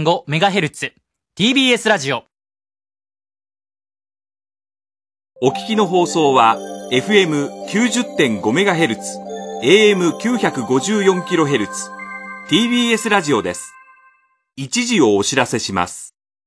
90.5MHz TBS ラジオ。 お聞きの放送は FM90.5MHz、AM954kHz、TBS ラジオです。一時をお知らせします。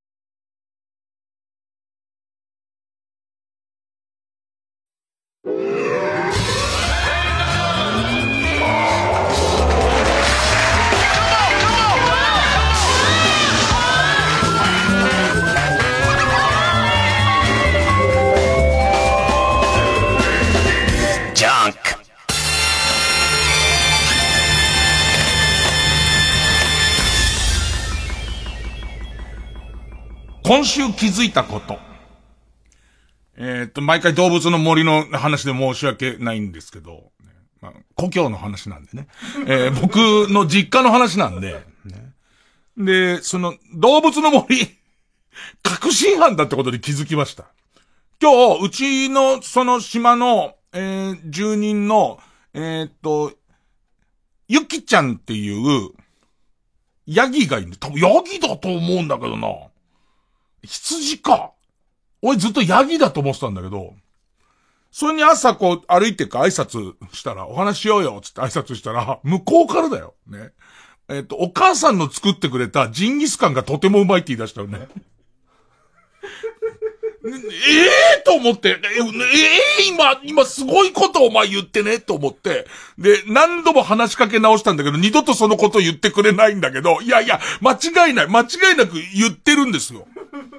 今週気づいたこと。毎回動物の森の話で申し訳ないんですけど、まあ、故郷の話なんでね。僕の実家の話なんで、ね、で、その動物の森、確信犯だってことに気づきました。今日、うちのその島の、住人の、ゆきちゃんっていう、ヤギがいる。多分ヤギだと思うんだけどな。羊か。俺ずっとヤギだと思ってたんだけど、それに朝こう歩いてか挨拶したら、お話しようよつって挨拶したら、向こうからだよ。ね。お母さんの作ってくれたジンギスカンがとてもうまいって言い出したよね。と思って、今すごいことお前言ってねと思って、で、何度も話しかけ直したんだけど、二度とそのこと言ってくれないんだけど、いや、間違いなく言ってるんですよ。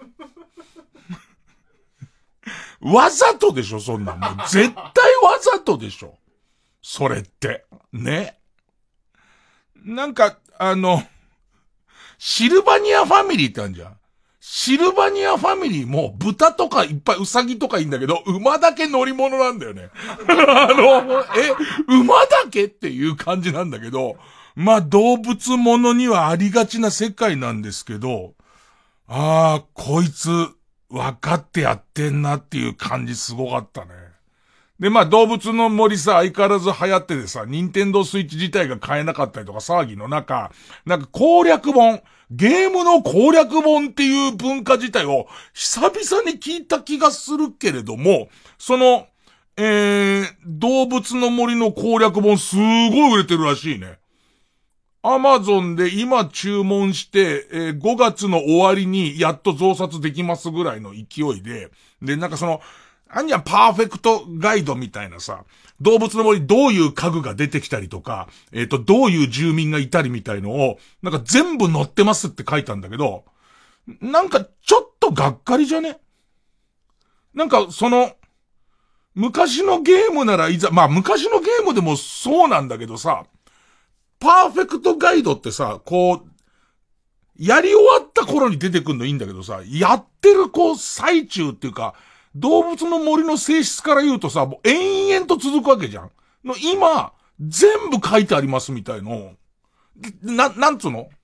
わざとでしょ、そんなもう。絶対わざとでしょ。それって。ね。なんか、シルバニアファミリーってあるじゃん。シルバニアファミリーも豚とかいっぱいウサギとかいいんだけど、馬だけ乗り物なんだよね。馬だけっていう感じなんだけど、まあ動物ものにはありがちな世界なんですけど、こいつ分かってやってんなっていう感じすごかったね。で、まあ動物の森さ、相変わらず流行っててさ、任天堂スイッチ自体が買えなかったりとか騒ぎの中、なんか攻略本、ゲームの攻略本っていう文化自体を久々に聞いた気がするけれども、その、動物の森の攻略本すごい売れてるらしいね。アマゾンで今注文して、5月の終わりにやっと増刷できますぐらいの勢いで、で、なんかその、パーフェクトガイドみたいなさ、動物の森どういう家具が出てきたりとか、どういう住民がいたりみたいのを、なんか全部載ってますって書いたんだけど、なんかちょっとがっかりじゃね？なんかその、昔のゲームなら昔のゲームでもそうなんだけどさ、パーフェクトガイドってさ、こう、やり終わった頃に出てくるのいいんだけどさ、やってる最中っていうか、動物の森の性質から言うとさ、もう延々と続くわけじゃん。今、全部書いてありますみたいの。なんつうの？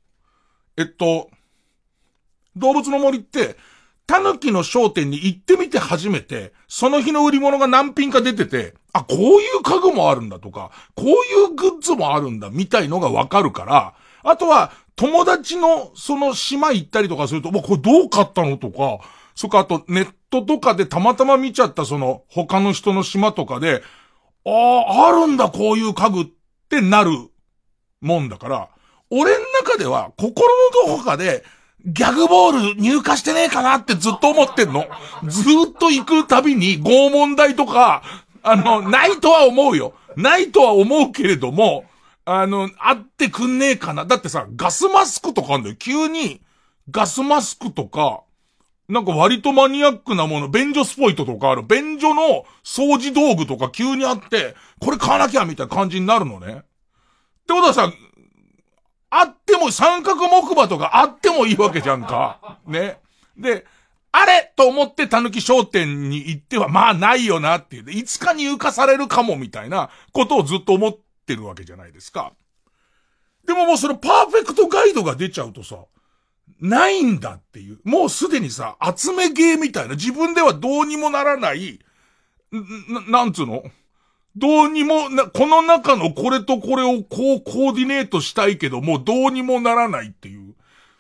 動物の森って、狸の商店に行ってみて初めて、その日の売り物が何品か出てて、こういう家具もあるんだとか、こういうグッズもあるんだみたいのがわかるから、あとは、友達のその島行ったりとかすると、これどう買ったのとか、そっか、あとネットとかでたまたま見ちゃったその他の人の島とかで、あるんだこういう家具ってなるもんだから、俺の中では心のどこかでギャグボール入荷してねえかなってずっと思ってんの。ずっと行くたびに拷問台とか、ないとは思うよ。ないとは思うけれども、あってくんねえかな。だってさ、ガスマスクとかあんだよ。急に、ガスマスクとか、なんか割とマニアックなもの、便所スポイトとか便所の掃除道具とか急にあって、これ買わなきゃみたいな感じになるのね。ってことはさ、あっても三角木馬とかあってもいいわけじゃんか。ね。で、あれと思って狸商店に行っては、ないよなっていう。いつか入荷されるかもみたいなことをずっと思ってるわけじゃないですか。でももうそのパーフェクトガイドが出ちゃうとさ、ないんだっていう。もうすでにさ、集めゲーみたいな、自分ではどうにもならない、なんつうの？どうにもこの中のこれとこれをこうコーディネートしたいけども、どうにもならないっていう。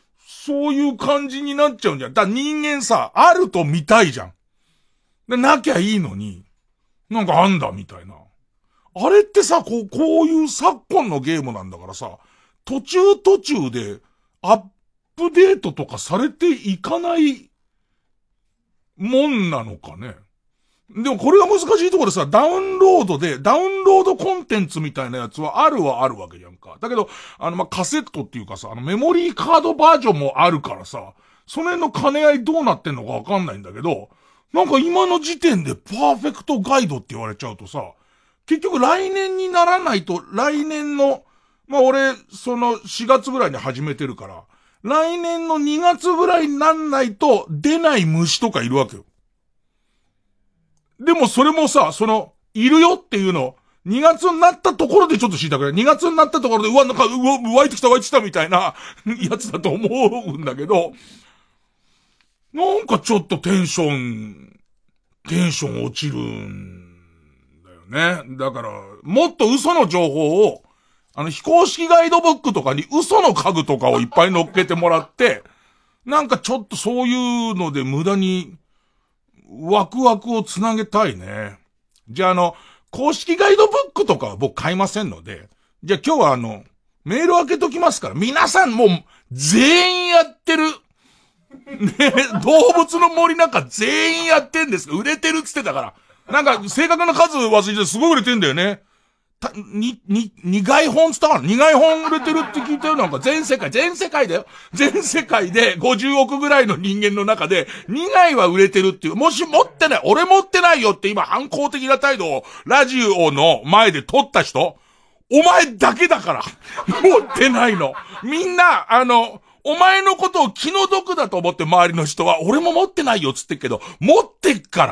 そういう感じになっちゃうんじゃん。だから人間さ、あると見たいじゃん。で、なきゃいいのに、なんかあんだみたいな。あれってさ、こういう昨今のゲームなんだからさ、途中でアップデートとかされていかないもんなのかね。でもこれが難しいところでさ、ダウンロードコンテンツみたいなやつはあるわけじゃんか。だけど、カセットっていうかさ、メモリーカードバージョンもあるからさ、その辺の兼ね合いどうなってんのかわかんないんだけど、なんか今の時点でパーフェクトガイドって言われちゃうとさ、結局来年にならないと、来年の、俺、その4月ぐらいに始めてるから、来年の2月ぐらいになんないと出ない虫とかいるわけよ。でもそれもさ、いるよっていうの、2月になったところでちょっと知りたくない。2月になったところで、なんか、湧いてきたみたいなやつだと思うんだけど、なんかちょっとテンション落ちるんだよね。だから、もっと嘘の情報を、非公式ガイドブックとかに嘘の家具とかをいっぱい乗っけてもらって、なんかちょっとそういうので無駄に、ワクワクをつなげたいね。じゃあ公式ガイドブックとかは僕買いませんので、じゃあ今日はメール開けときますから、皆さんもう全員やってる。ね、動物の森なんか全員やってんですが、売れてるっつってたから。なんか正確な数忘れてすごい売れてんだよね。苦い本つったかな苦い本売れてるって聞いたよ。なんか全世界だよ。全世界で50億ぐらいの人間の中で苦いは売れてるっていう。もし持ってない、俺持ってないよって今反抗的な態度をラジオの前で取った人、お前だけだから。持ってないの。みんな、お前のことを気の毒だと思って周りの人は俺も持ってないよっつってっけど、持ってっから。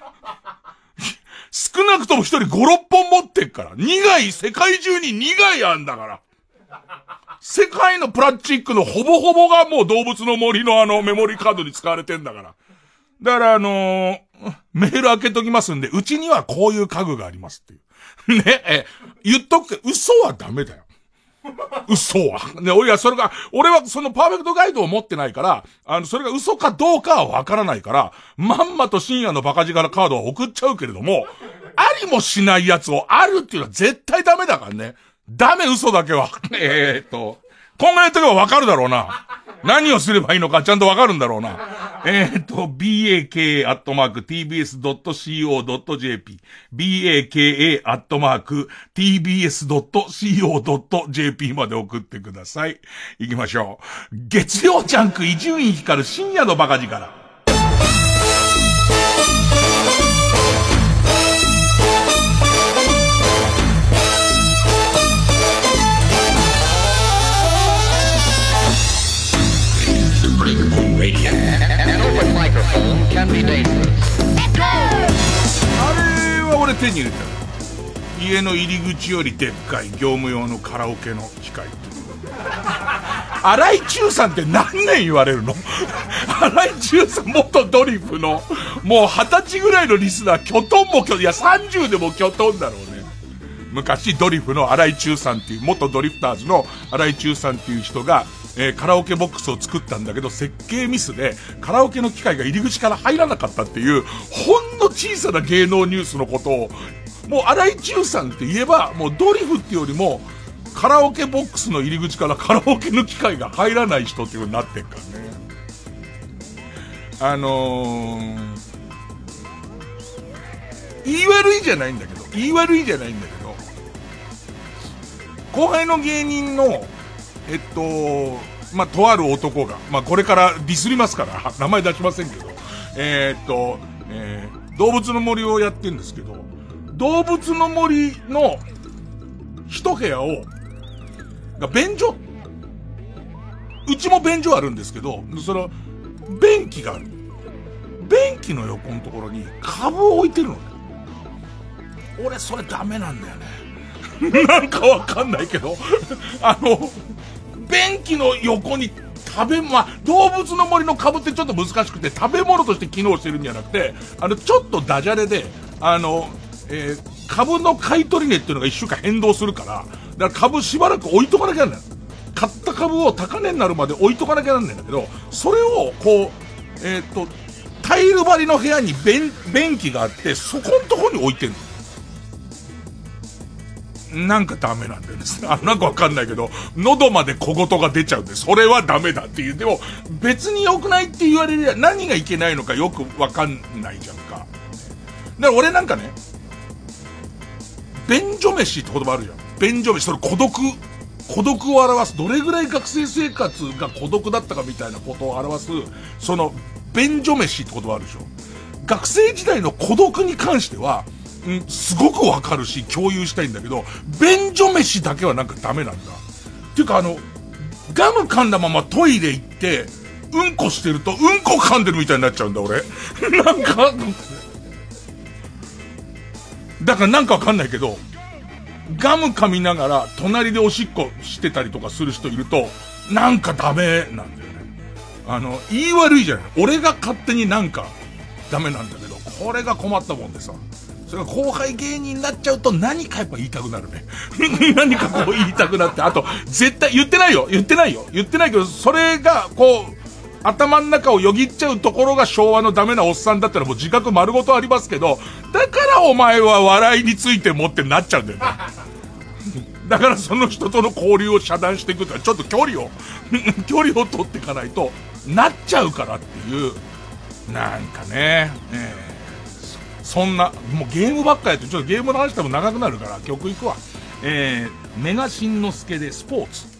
少なくとも一人5、6本持ってっから。世界中に苦いあんだから。世界のプラスチックのほぼほぼがもう動物の森のメモリーカードに使われてんだから。だからメール開けときますんで、うちにはこういう家具がありますっていう。ね、言っとくけど、嘘はダメだよ。嘘は。ね、俺はそのパーフェクトガイドを持ってないから、それが嘘かどうかはわからないから、まんまと深夜のバカ力カードは送っちゃうけれども、ありもしないやつをあるっていうのは絶対ダメだからね。ダメ嘘だけは。今後やっとけばわかるだろうな。何をすればいいのかちゃんとわかるんだろうな。baka@tbs.co.jp baka@tbs.co.jp まで送ってください。行きましょう。月曜ジャンク伊集院光る深夜のバカ力。あれは俺手に入れたよ。家の入り口よりでっかい業務用のカラオケの機械。荒井中さんって何年言われるの？荒井中さん元ドリフのもう20歳ぐらいのリスナー、キョトンもいや30でもキョトンだろうね。昔ドリフの荒井中さんっていう元ドリフターズの荒井中さんっていう人がカラオケボックスを作ったんだけど、設計ミスでカラオケの機械が入り口から入らなかったっていうほんの小さな芸能ニュースのことを、もう荒井中さんって言えばもうドリフっていうよりもカラオケボックスの入り口からカラオケの機械が入らない人っていう風になってんからね。言い悪いじゃないんだけど後輩の芸人のとある男が、これからディスりますから、名前出しませんけど、動物の森をやってるんですけど、動物の森の一部屋が便所、うちも便所あるんですけど、その、便器がある。便器の横のところに株を置いてるのね。俺それダメなんだよね。なんかわかんないけど、便器の横に動物の森の株ってちょっと難しくて食べ物として機能してるんじゃなくて、ちょっとダジャレで、株の買い取り値っていうのが1週間変動するから、だから株しばらく置いとかなきゃならない。 買った株を高値になるまで置いとかなきゃなんないんだけど、それをこう、タイル張りの部屋に便器があって、そこんとこに置いてんの。なんかダメなんだよね。なんかわかんないけど、喉まで小言が出ちゃうんで、それはダメだっていう。でも、別に良くないって言われりゃ何がいけないのかよくわかんないじゃんか。だから俺なんかね、便所飯って言葉あるじゃん。便所飯、それ孤独を表す。どれぐらい学生生活が孤独だったかみたいなことを表す、その、便所飯って言葉あるでしょ。学生時代の孤独に関しては、すごくわかるし共有したいんだけど、便所飯だけはなんかダメなんだ。っていうかガム噛んだままトイレ行って、うんこしてると、うんこ噛んでるみたいになっちゃうんだ、俺。なんか、だからなんかわかんないけど、ガム噛みながら隣でおしっこしてたりとかする人いると、なんかダメなんだよね。言い悪いじゃない。俺が勝手になんかダメなんだけど、これが困ったもんでさ。それが後輩芸人になっちゃうと何かやっぱ言いたくなるね。何かこう言いたくなって、あと、絶対言ってないけど、それがこう、頭の中をよぎっちゃうところが昭和のダメなおっさんだったらもう自覚丸ごとありますけど、だからお前は笑いについてもってなっちゃうんだよね。だからその人との交流を遮断していくとはちょっと距離を取っていかないとなっちゃうからっていう、なんかね、そんな、もうゲームばっかやって、ちょっとゲームの話しても長くなるから曲いくわ。メガシンのすけでスポーツ。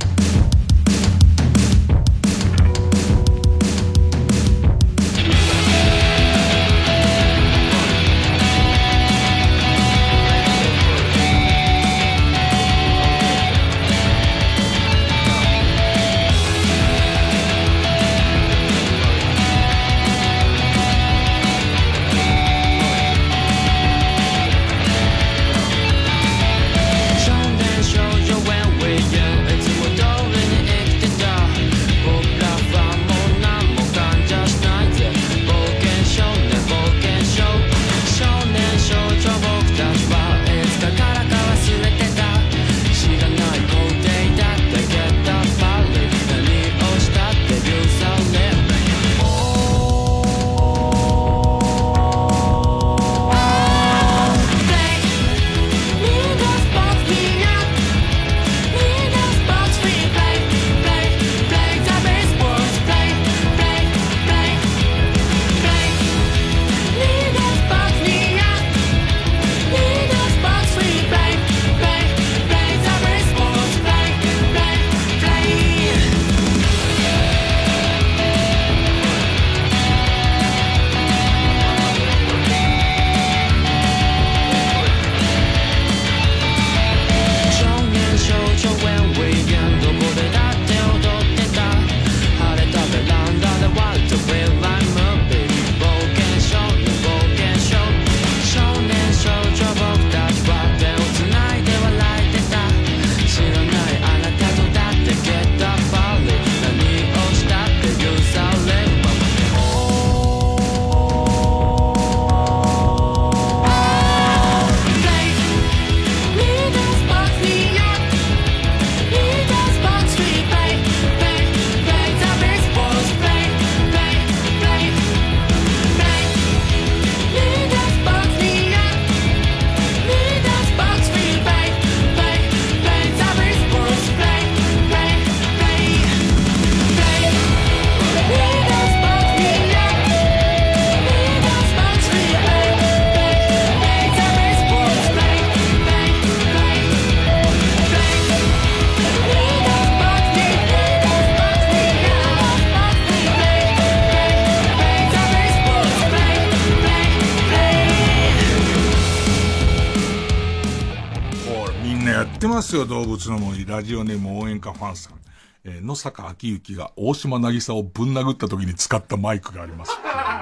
動物の森ラジオネーム応援歌ファンさん、野坂昭之が大島渚をぶん殴った時に使ったマイクがあります。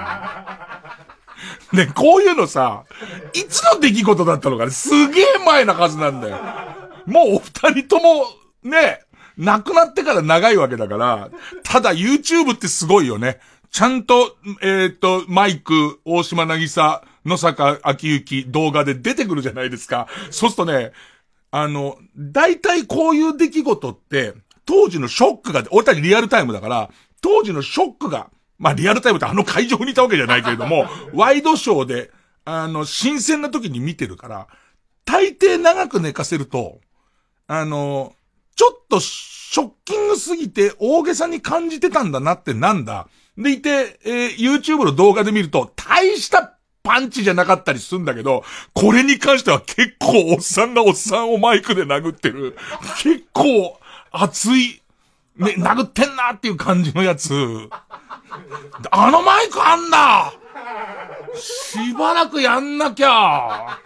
ね、こういうのさ、いつの出来事だったのかね、すげえ前なはずなんだよ。もうお二人ともね、亡くなってから長いわけだから、ただ YouTube ってすごいよね。ちゃんとマイク大島渚野坂昭之動画で出てくるじゃないですか。そうするとね、大体こういう出来事って、 当時のショックが、俺たちリアルタイムだから、当時のショックが、まあリアルタイムって会場にいたわけじゃないけれども、ワイドショーで、新鮮な時に見てるから、大抵長く寝かせると、ちょっとショッキングすぎて大げさに感じてたんだなってなんだ。でいて、YouTube の動画で見ると、大したパンチじゃなかったりするんだけど、これに関しては結構おっさんがおっさんをマイクで殴ってる。結構熱い、ね、殴ってんなっていう感じのやつ。あのマイクあんだ！しばらくやんなきゃ。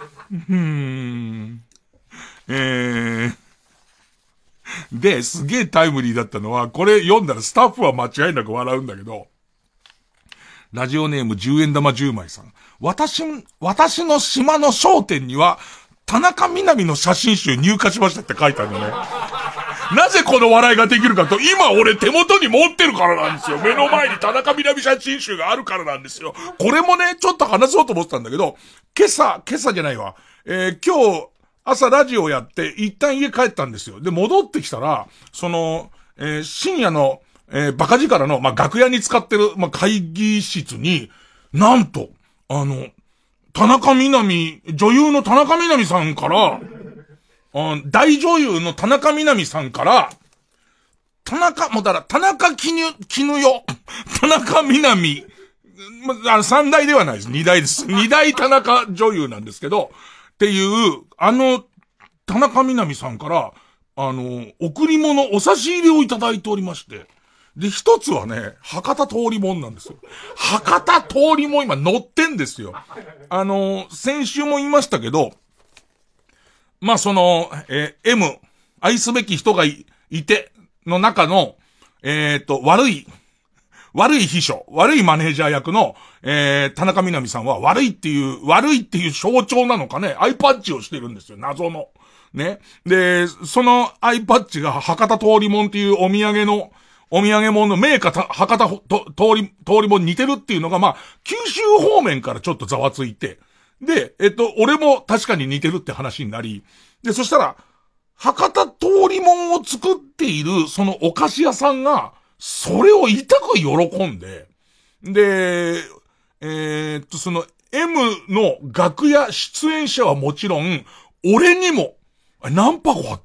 で、すげえタイムリーだったのは、これ読んだらスタッフは間違いなく笑うんだけど、ラジオネーム10円玉10枚さん。私の島の商店には、田中みな実の写真集入荷しましたって書いてあるのね。なぜこの笑いができるかと、今俺手元に持ってるからなんですよ。目の前に田中みな実写真集があるからなんですよ。これもね、ちょっと話そうと思ってたんだけど、今朝じゃないわ。今日、朝ラジオやって、一旦家帰ったんですよ。で、戻ってきたら、深夜の、バカ力の、楽屋に使ってる、会議室に、なんと、田中みな実、女優の田中みな実さんから、大女優の田中みな実さんから、田中絹代、田中みな実、三代ではないです。二代です。二代田中女優なんですけど、っていう、田中みな実さんから、贈り物、お差し入れをいただいておりまして、で、一つはね、博多通りもんなんですよ。博多通りもん今乗ってんですよ。先週も言いましたけど、M、愛すべき人がいて、の中の、悪い秘書、悪いマネージャー役の、田中みな実さんは悪いっていう象徴なのかね、アイパッチをしてるんですよ、謎の。ね。で、そのアイパッチが博多通りもんっていうお土産物のメーカー博多通りもん似てるっていうのが、九州方面からちょっとざわついて、で、俺も確かに似てるって話になり、で、そしたら、博多通りもんを作っている、そのお菓子屋さんが、それを痛く喜んで、で、その M の楽屋出演者はもちろん、俺にも、何箱あった？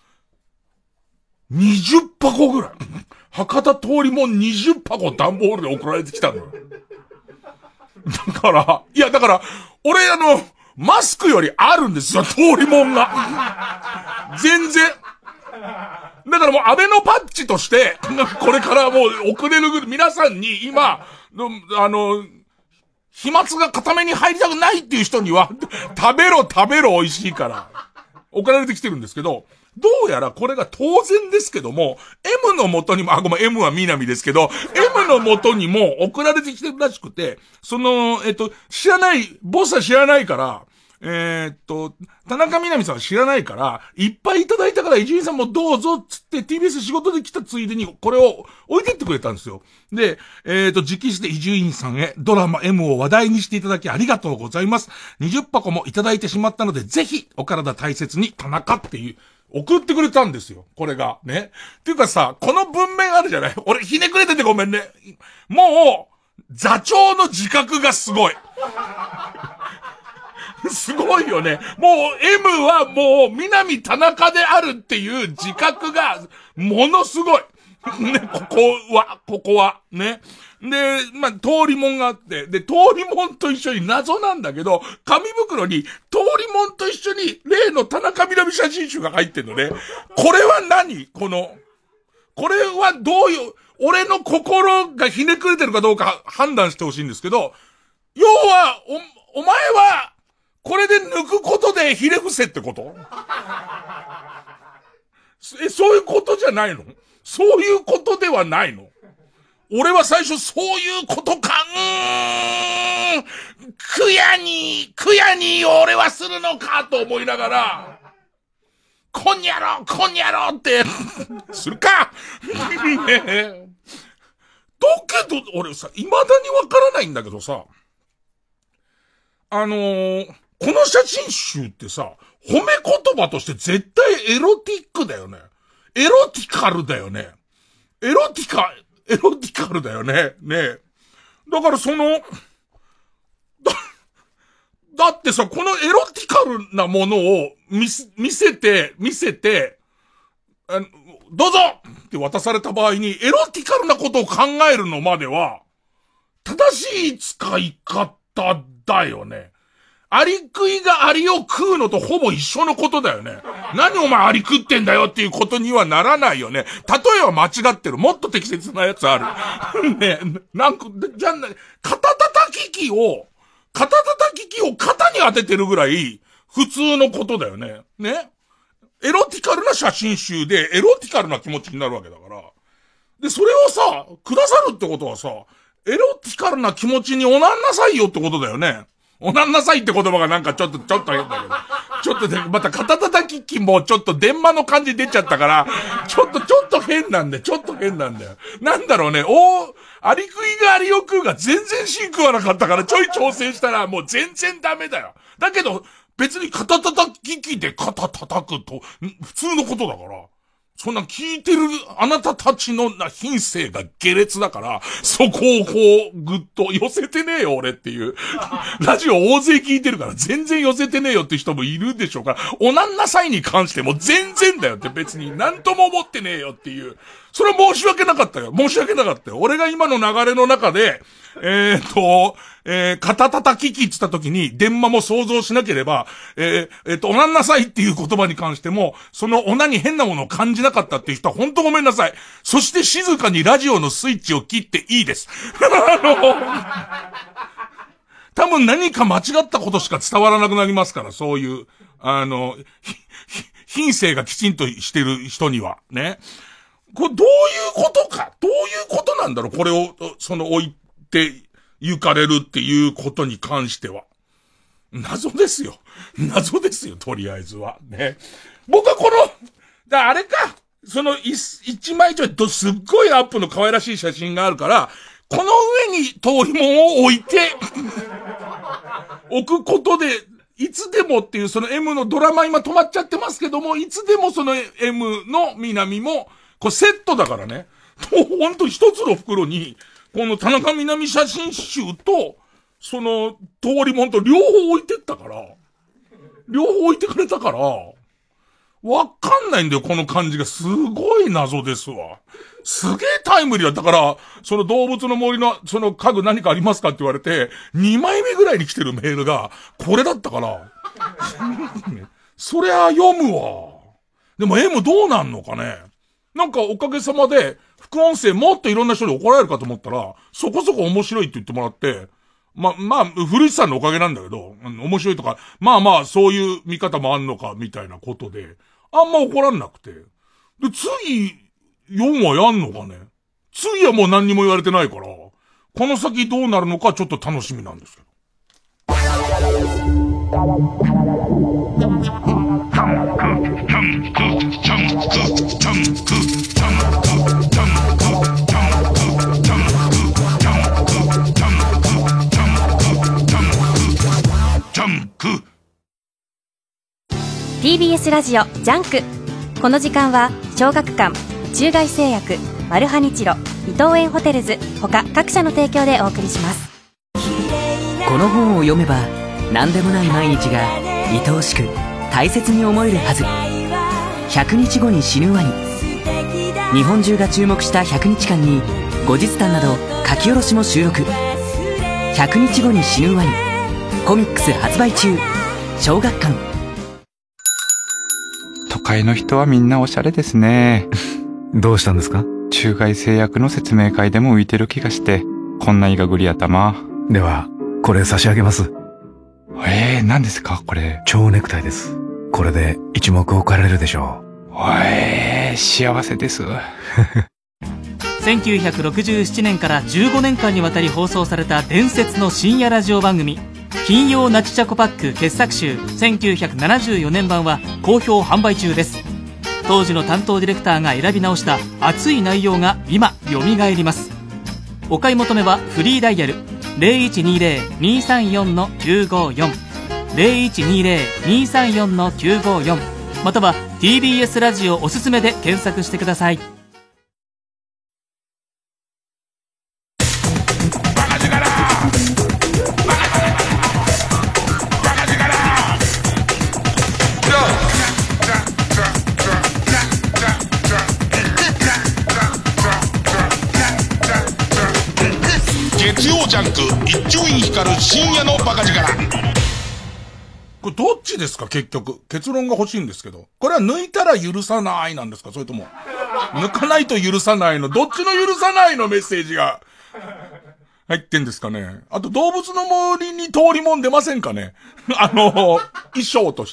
20 箱ぐらい。博多通りもん20箱段ボールで送られてきたのよ。だから、俺マスクよりあるんですよ、通りもんが。全然。だからもう安倍のパッチとして、これからもう送れる皆さんに今、飛沫が固めに入りたくないっていう人には、食べろ美味しいから、送られてきてるんですけど、どうやらこれが当然ですけども、M の元にも、M は南ですけど、M の元にも送られてきてるらしくて、ボスは知らないから、田中みな実さんは知らないから、いっぱいいただいたから伊集院さんもどうぞつって TBS 仕事で来たついでにこれを置いてってくれたんですよ。で、直筆で伊集院さんへドラマ M を話題にしていただきありがとうございます。20箱もいただいてしまったので、ぜひお体大切に田中っていう、送ってくれたんですよ。これが。ね。っていうかさ、この文面あるじゃない？俺ひねくれててごめんね。もう、座長の自覚がすごい。すごいよね。もう M はもう南田中であるっていう自覚がものすごい。ね、ここは、ね。で、通りもんがあって、で、通りもんと一緒に謎なんだけど、紙袋に通りもんと一緒に例の田中みな実写真集が入ってんのね。これは何？これはどういう、俺の心がひねくれてるかどうか判断してほしいんですけど、要は、お前は、これで抜くことでひれ伏せってこと？そういうことじゃないの？そういうことではないの？俺は最初そういうことか、悔やに俺はするのかと思いながら、こんにゃろって、するかねえ。だけど、俺さ、未だにわからないんだけどさ、この写真集ってさ、褒め言葉として絶対エロティックだよね。 エロティカルだよね。エロティカルだよね。ねえ。だからだってさ、このエロティカルなものを見せて、どうぞって渡された場合に、エロティカルなことを考えるのまでは、正しい使い方だよね。アリ食いがアリを食うのとほぼ一緒のことだよね。何お前アリ食ってんだよっていうことにはならないよね。例えは間違ってる。もっと適切なやつある。ね、なんか、じゃあ、肩叩き機を肩に当ててるぐらい普通のことだよね。ね。エロティカルな写真集でエロティカルな気持ちになるわけだから。で、それをさ、くださるってことはさ、エロティカルな気持ちにおなんなさいよってことだよね。おなんなさいって言葉がなんかちょっと変だけど。ちょっとね、また肩叩き機もちょっと電話の感じ出ちゃったから、ちょっと変なんだよ。なんだろうね、アリ食いがアリを食うが全然シンクはなかったからちょい調整したらもう全然ダメだよ。だけど、別に肩叩き機で肩叩くと、普通のことだから。そんな聞いてるあなたたちの品性が下劣だから、そこをこう、ぐっと寄せてねえよ俺っていう。ラジオ大勢聞いてるから全然寄せてねえよって人もいるでしょうから、おなんなさいに関しても全然だよって別に何とも思ってねえよっていう。それは申し訳なかったよ。俺が今の流れの中で、肩叩き機って言った時に電話も想像しなければ、おなんなさいっていう言葉に関しても、そのおなに変なものを感じなかったっていう人は本当ごめんなさい。そして静かにラジオのスイッチを切っていいです。多分何か間違ったことしか伝わらなくなりますから、そういう、品性がきちんとしてる人には、ね。これどういうことなんだろうこれを、置いて行かれるっていうことに関しては。謎ですよ、とりあえずは。ね。僕はあれか、一枚ちょいとすっごいアップの可愛らしい写真があるから、この上に遠いもんを置いて、置くことで、いつでもっていうM のドラマ今止まっちゃってますけども、いつでもM の南も、これセットだからね。ほんと一つの袋に、この田中みな実写真集と、通りもんと両方置いてかれたから、わかんないんだよ、この感じが。すごい謎ですわ。すげえタイムリーだったから、動物の森の、家具何かありますかって言われて、2枚目ぐらいに来てるメールが、これだったから。そりゃ読むわ。でも M どうなんのかね。なんかおかげさまで、副音声もっといろんな人に怒られるかと思ったら、そこそこ面白いって言ってもらって、まあ、古市さんのおかげなんだけど、面白いとか、まあ、そういう見方もあんのか、みたいなことで、あんま怒らんなくて。で、次、4話やんのかね。次はもう何にも言われてないから、この先どうなるのかちょっと楽しみなんですけど。 TBS ラジオジャンク。この時間は小学館、中外製薬、マルハニチロ、伊東園ホテルズ他各社の提供でお送りします。 この本を読めば何でもない毎日が愛おしく大切に思えるはず。100日後に死ぬワニ。日本中が注目した100日間に後日談など書き下ろしも収録。100日後に死ぬワニコミックス発売中。小学館。 都会の人はみんなおしゃれですね。 どうしたんですか？ 中外製薬の説明会でも浮いてる気がして、こんなイガグリ頭。 ではこれ差し上げます。 何ですかこれ？ 蝶ネクタイです。これで一目置かれるでしょう。幸せです。 1967年から15年間にわたり放送された伝説の深夜ラジオ番組、金曜ナチチャコパック傑作集1974年版は好評販売中です。当時の担当ディレクターが選び直した熱い内容が今よみがえります。お買い求めはフリーダイヤル 0120-234-954 0120-234-954 または TBS ラジオおすすめで検索してください。 月曜ジャンク一丁院光る深夜のバカ力。 これどっちですか結局。結論が欲しいんですけど。これは抜いたら許さないなんですかそれとも、抜かないと許さないの、どっちの許さないのメッセージが入ってんですかね。あと動物の森に通りもん出ませんかね衣装として。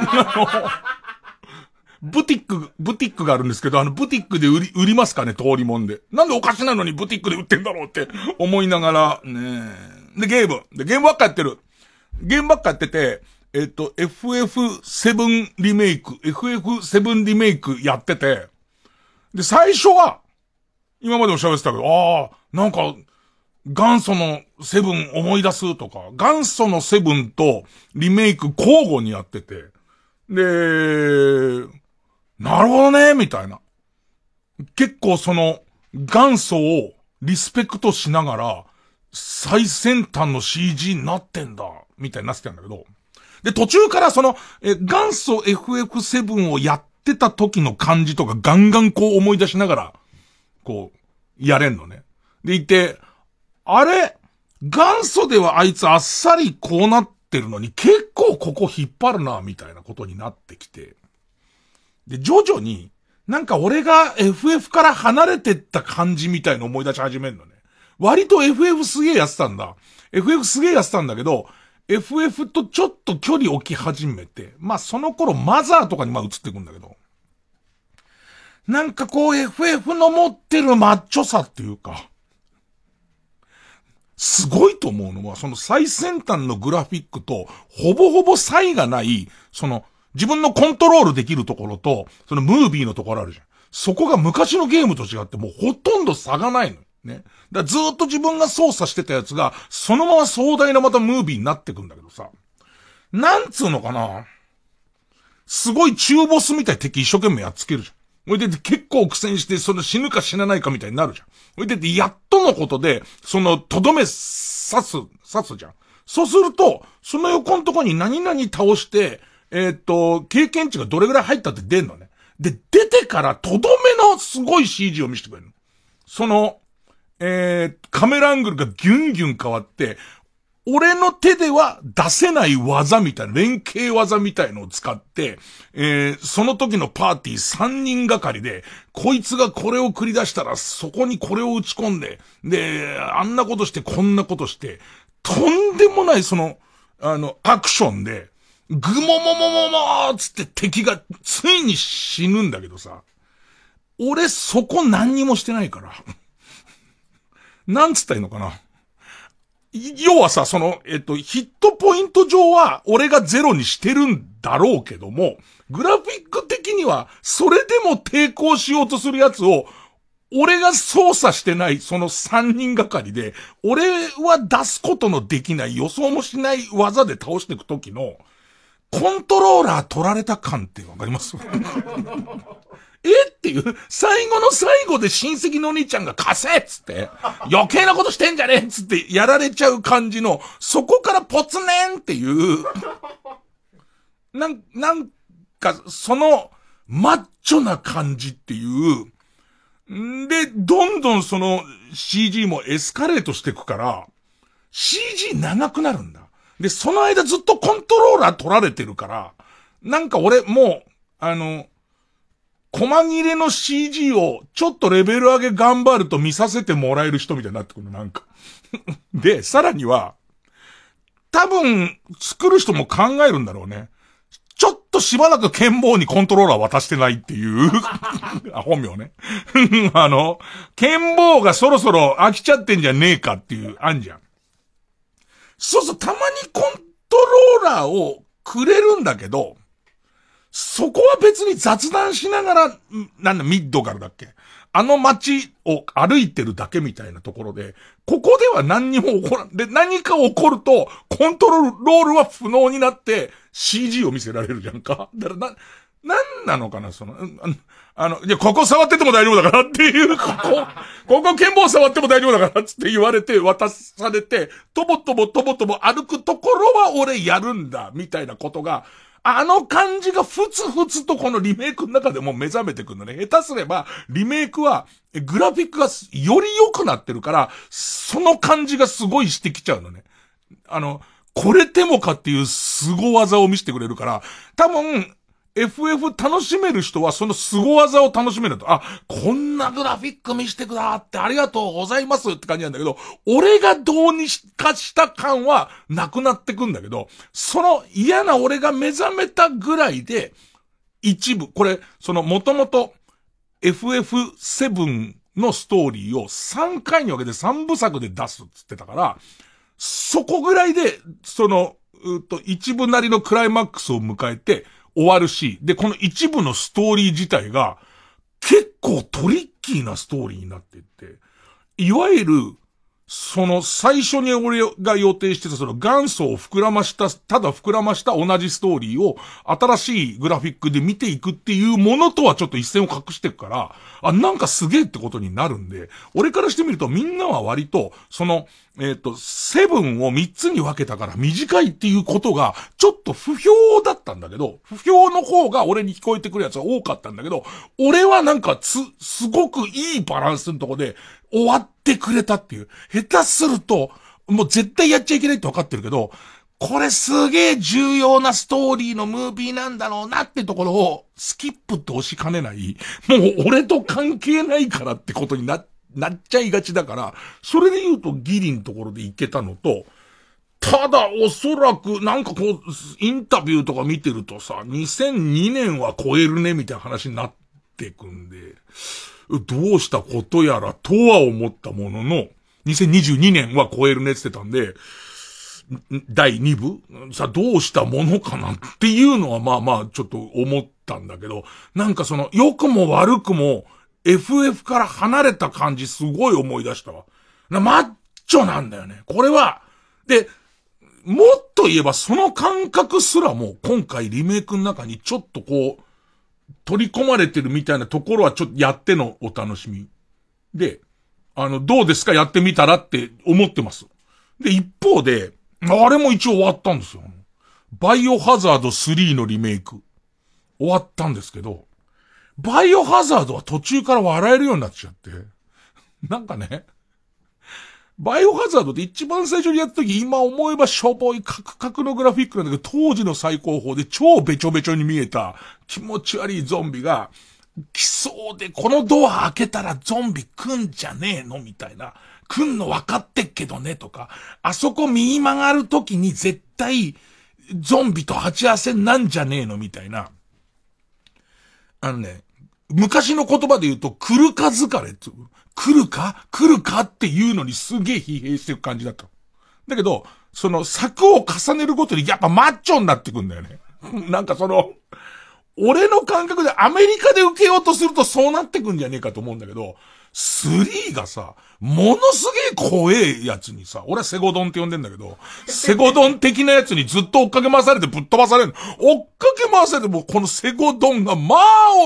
ブティックがあるんですけど、ブティックで売りますかね通りもんで。なんでお菓子なのにブティックで売ってんだろうって思いながら、ねで、ゲームばっかやってる。ゲームばっかやってて、FF7 リメイクやってて、で、最初は、今までも喋ってたけど、なんか、元祖のセブン思い出すとか、元祖のセブンとリメイク交互にやってて、で、なるほどね、みたいな。結構元祖をリスペクトしながら、最先端の CG になってんだ、みたいになってたんだけど、で、途中から元祖 FF7 をやってた時の感じとかガンガンこう思い出しながら、こう、やれんのね。でいて、あれ、元祖ではあいつあっさりこうなってるのに結構ここ引っ張るな、みたいなことになってきて。で、徐々に、なんか俺が FF から離れてった感じみたいの思い出し始めるのね。割と FF すげえやってたんだ。FF すげえやってたんだけど、FF とちょっと距離置き始めて、まあその頃マザーとかに移っていくんだけど、なんかこう FF の持ってるマッチョさっていうか、すごいと思うのは、その最先端のグラフィックと、ほぼほぼ差異がない、自分のコントロールできるところと、そのムービーのところあるじゃん。そこが昔のゲームと違ってもうほとんど差がないの。ね。だからずーっと自分が操作してたやつが、そのまま壮大なまたムービーになってくんだけどさ。なんつうのかな。すごい中ボスみたい敵一生懸命やっつけるじゃん。ほいで結構苦戦して、死ぬか死なないかみたいになるじゃん。ほいでやっとのことで、とどめ刺すじゃん。そうすると、その横のとこに何々倒して、経験値がどれぐらい入ったって出んのね。で、出てからとどめのすごい CG を見せてくれるの。カメラアングルがギュンギュン変わって、俺の手では出せない技みたいな、連携技みたいのを使って、その時のパーティー3人がかりで、こいつがこれを繰り出したら、そこにこれを打ち込んで、で、あんなことしてこんなことして、とんでもないアクションで、ぐもももももーつって敵がついに死ぬんだけどさ、俺そこ何にもしてないから。なんつったらいいのかな。要はさ、ヒットポイント上は俺がゼロにしてるんだろうけども、グラフィック的にはそれでも抵抗しようとするやつを、俺が操作してないその3人がかりで、俺は出すことのできない予想もしない技で倒していくときの、コントローラー取られた感ってわかりますっていう、最後の最後で親戚のお兄ちゃんが貸せっつって、余計なことしてんじゃねえっつってやられちゃう感じの、そこからポツネンっていう、なんか、マッチョな感じっていう、で、どんどんCG もエスカレートしていくから、CG 長くなるんだ。で、その間ずっとコントローラー取られてるから、なんか俺もう、細切れの CG をちょっとレベル上げ頑張ると見させてもらえる人みたいになってくるの、なんか。で、さらには、多分、作る人も考えるんだろうね。ちょっとしばらく剣棒にコントローラー渡してないっていう本名ね。剣棒がそろそろ飽きちゃってんじゃねえかっていう、あんじゃん。そうそう、たまにコントローラーをくれるんだけど、そこは別に雑談しながら、ミッドガルだっけ？街を歩いてるだけみたいなところで、ここでは何にも起こらん。で、何か起こると、コントロールは不能になって、CG を見せられるじゃんか。だからなんなのかな、いや、ここ触ってても大丈夫だからっていう、ここ剣棒触っても大丈夫だからって言われて、渡されて、とぼとぼ歩くところは俺やるんだ、みたいなことが、あの感じがふつふつとこのリメイクの中でも目覚めてくるのね。下手すれば、リメイクは、グラフィックがより良くなってるから、その感じがすごいしてきちゃうのね。これでもかっていう凄技を見せてくれるから、多分、FF 楽しめる人はその凄技を楽しめると。あ、こんなグラフィック見せてくだってありがとうございますって感じなんだけど、俺がどうにかした感はなくなってくんだけど、その嫌な俺が目覚めたぐらいで、一部、これ、もともと FF7 のストーリーを3回に分けて3部作で出すって言ってたから、そこぐらいで、一部なりのクライマックスを迎えて、終わるし、で、この一部のストーリー自体が、結構トリッキーなストーリーになっていって、いわゆる、最初に俺が予定してた元祖をただ膨らました同じストーリーを、新しいグラフィックで見ていくっていうものとはちょっと一線を画していくから、なんかすげえってことになるんで、俺からしてみるとみんなは割と、7を3つに分けたから短いっていうことが、ちょっと不評だったんだけど、不評の方が俺に聞こえてくるやつは多かったんだけど、俺はなんかすごくいいバランスのとこで終わってくれたっていう。下手すると、もう絶対やっちゃいけないって分かってるけど、これすげえ重要なストーリーのムービーなんだろうなってところをスキップって押しかねない。もう俺と関係ないからってことになっちゃいがちだから、それで言うとギリのところでいけたのと、ただおそらくなんかインタビューとか見てるとさ、2002年は超えるねみたいな話になってくんで、どうしたことやらとは思ったものの、2022年は超えるねって言ってたんで、第2部さあどうしたものかなっていうのはまあちょっと思ったんだけど、なんか良くも悪くも、FF から離れた感じすごい思い出したわ。マッチョなんだよね。これは。で、もっと言えばその感覚すらも今回リメイクの中にちょっと取り込まれてるみたいなところはちょっとやってのお楽しみ。で、どうですかやってみたらって思ってます。で、一方で、あれも一応終わったんですよ。バイオハザード3のリメイク。終わったんですけど、バイオハザードは途中から笑えるようになっちゃって。なんかね、バイオハザードって一番最初にやった時、今思えばしょぼいカクカクのグラフィックなんだけど、当時の最高峰で超べちょべちょに見えた気持ち悪いゾンビが来そうで、このドア開けたらゾンビ来んじゃねえのみたいな。来んの分かってっけどねとか、あそこ右曲がる時に絶対ゾンビと鉢合わせなんじゃねえのみたいな。昔の言葉で言うと、来るか疲れって、来るかっていうのにすげえ疲弊してる感じだった。だけど、作を重ねるごとにやっぱマッチョになってくんだよね。なんか俺の感覚でアメリカで受けようとするとそうなってくんじゃねえかと思うんだけど、3がさ、ものすげえ怖えやつにさ、俺はセゴドンって呼んでんだけど、セゴドン的なやつにずっと追っかけ回されてぶっ飛ばされるの。追っかけ回されてもこのセゴドンがまあ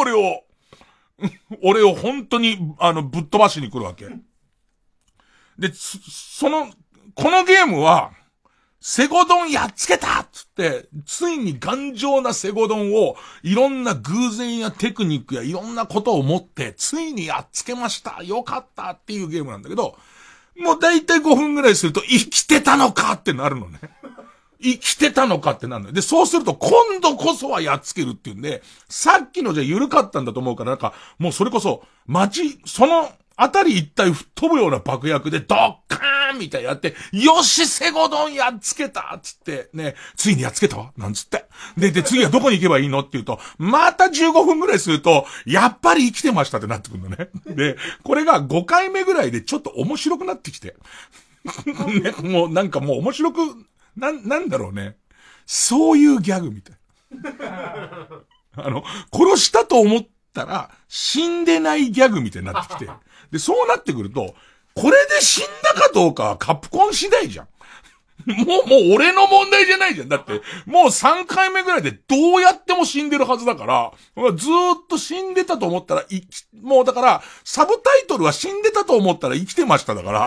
俺を本当にぶっ飛ばしに来るわけ。で、このゲームは、セゴドンやっつけたっつって、ついに頑丈なセゴドンを、いろんな偶然やテクニックやいろんなことを持って、ついにやっつけました。よかったっていうゲームなんだけど、もうだいたい5分ぐらいすると、生きてたのかってなるのね。生きてたのかってなるの。で、そうすると、今度こそはやっつけるっていうんで、さっきのじゃ緩かったんだと思うから、なんか、もうそれこそ、その、あたり一体吹っ飛ぶような爆薬でドッカーンみたいにやって、よしセゴドンやっつけたつって、ね、ついにやっつけたわなんつって。で、次はどこに行けばいいのって言うと、また15分ぐらいすると、やっぱり生きてましたってなってくるのね。で、これが5回目ぐらいでちょっと面白くなってきて。ね、もうなんかもう面白く、なんだろうね。そういうギャグみたい。殺したと思ったら、死んでないギャグみたいになってきて。で、そうなってくると、これで死んだかどうかはカプコン次第じゃん。 もう俺の問題じゃないじゃん。だって、もう3回目ぐらいでどうやっても死んでるはずだから、ずーっと死んでたと思ったら、もうだから、サブタイトルは死んでたと思ったら生きてましただから。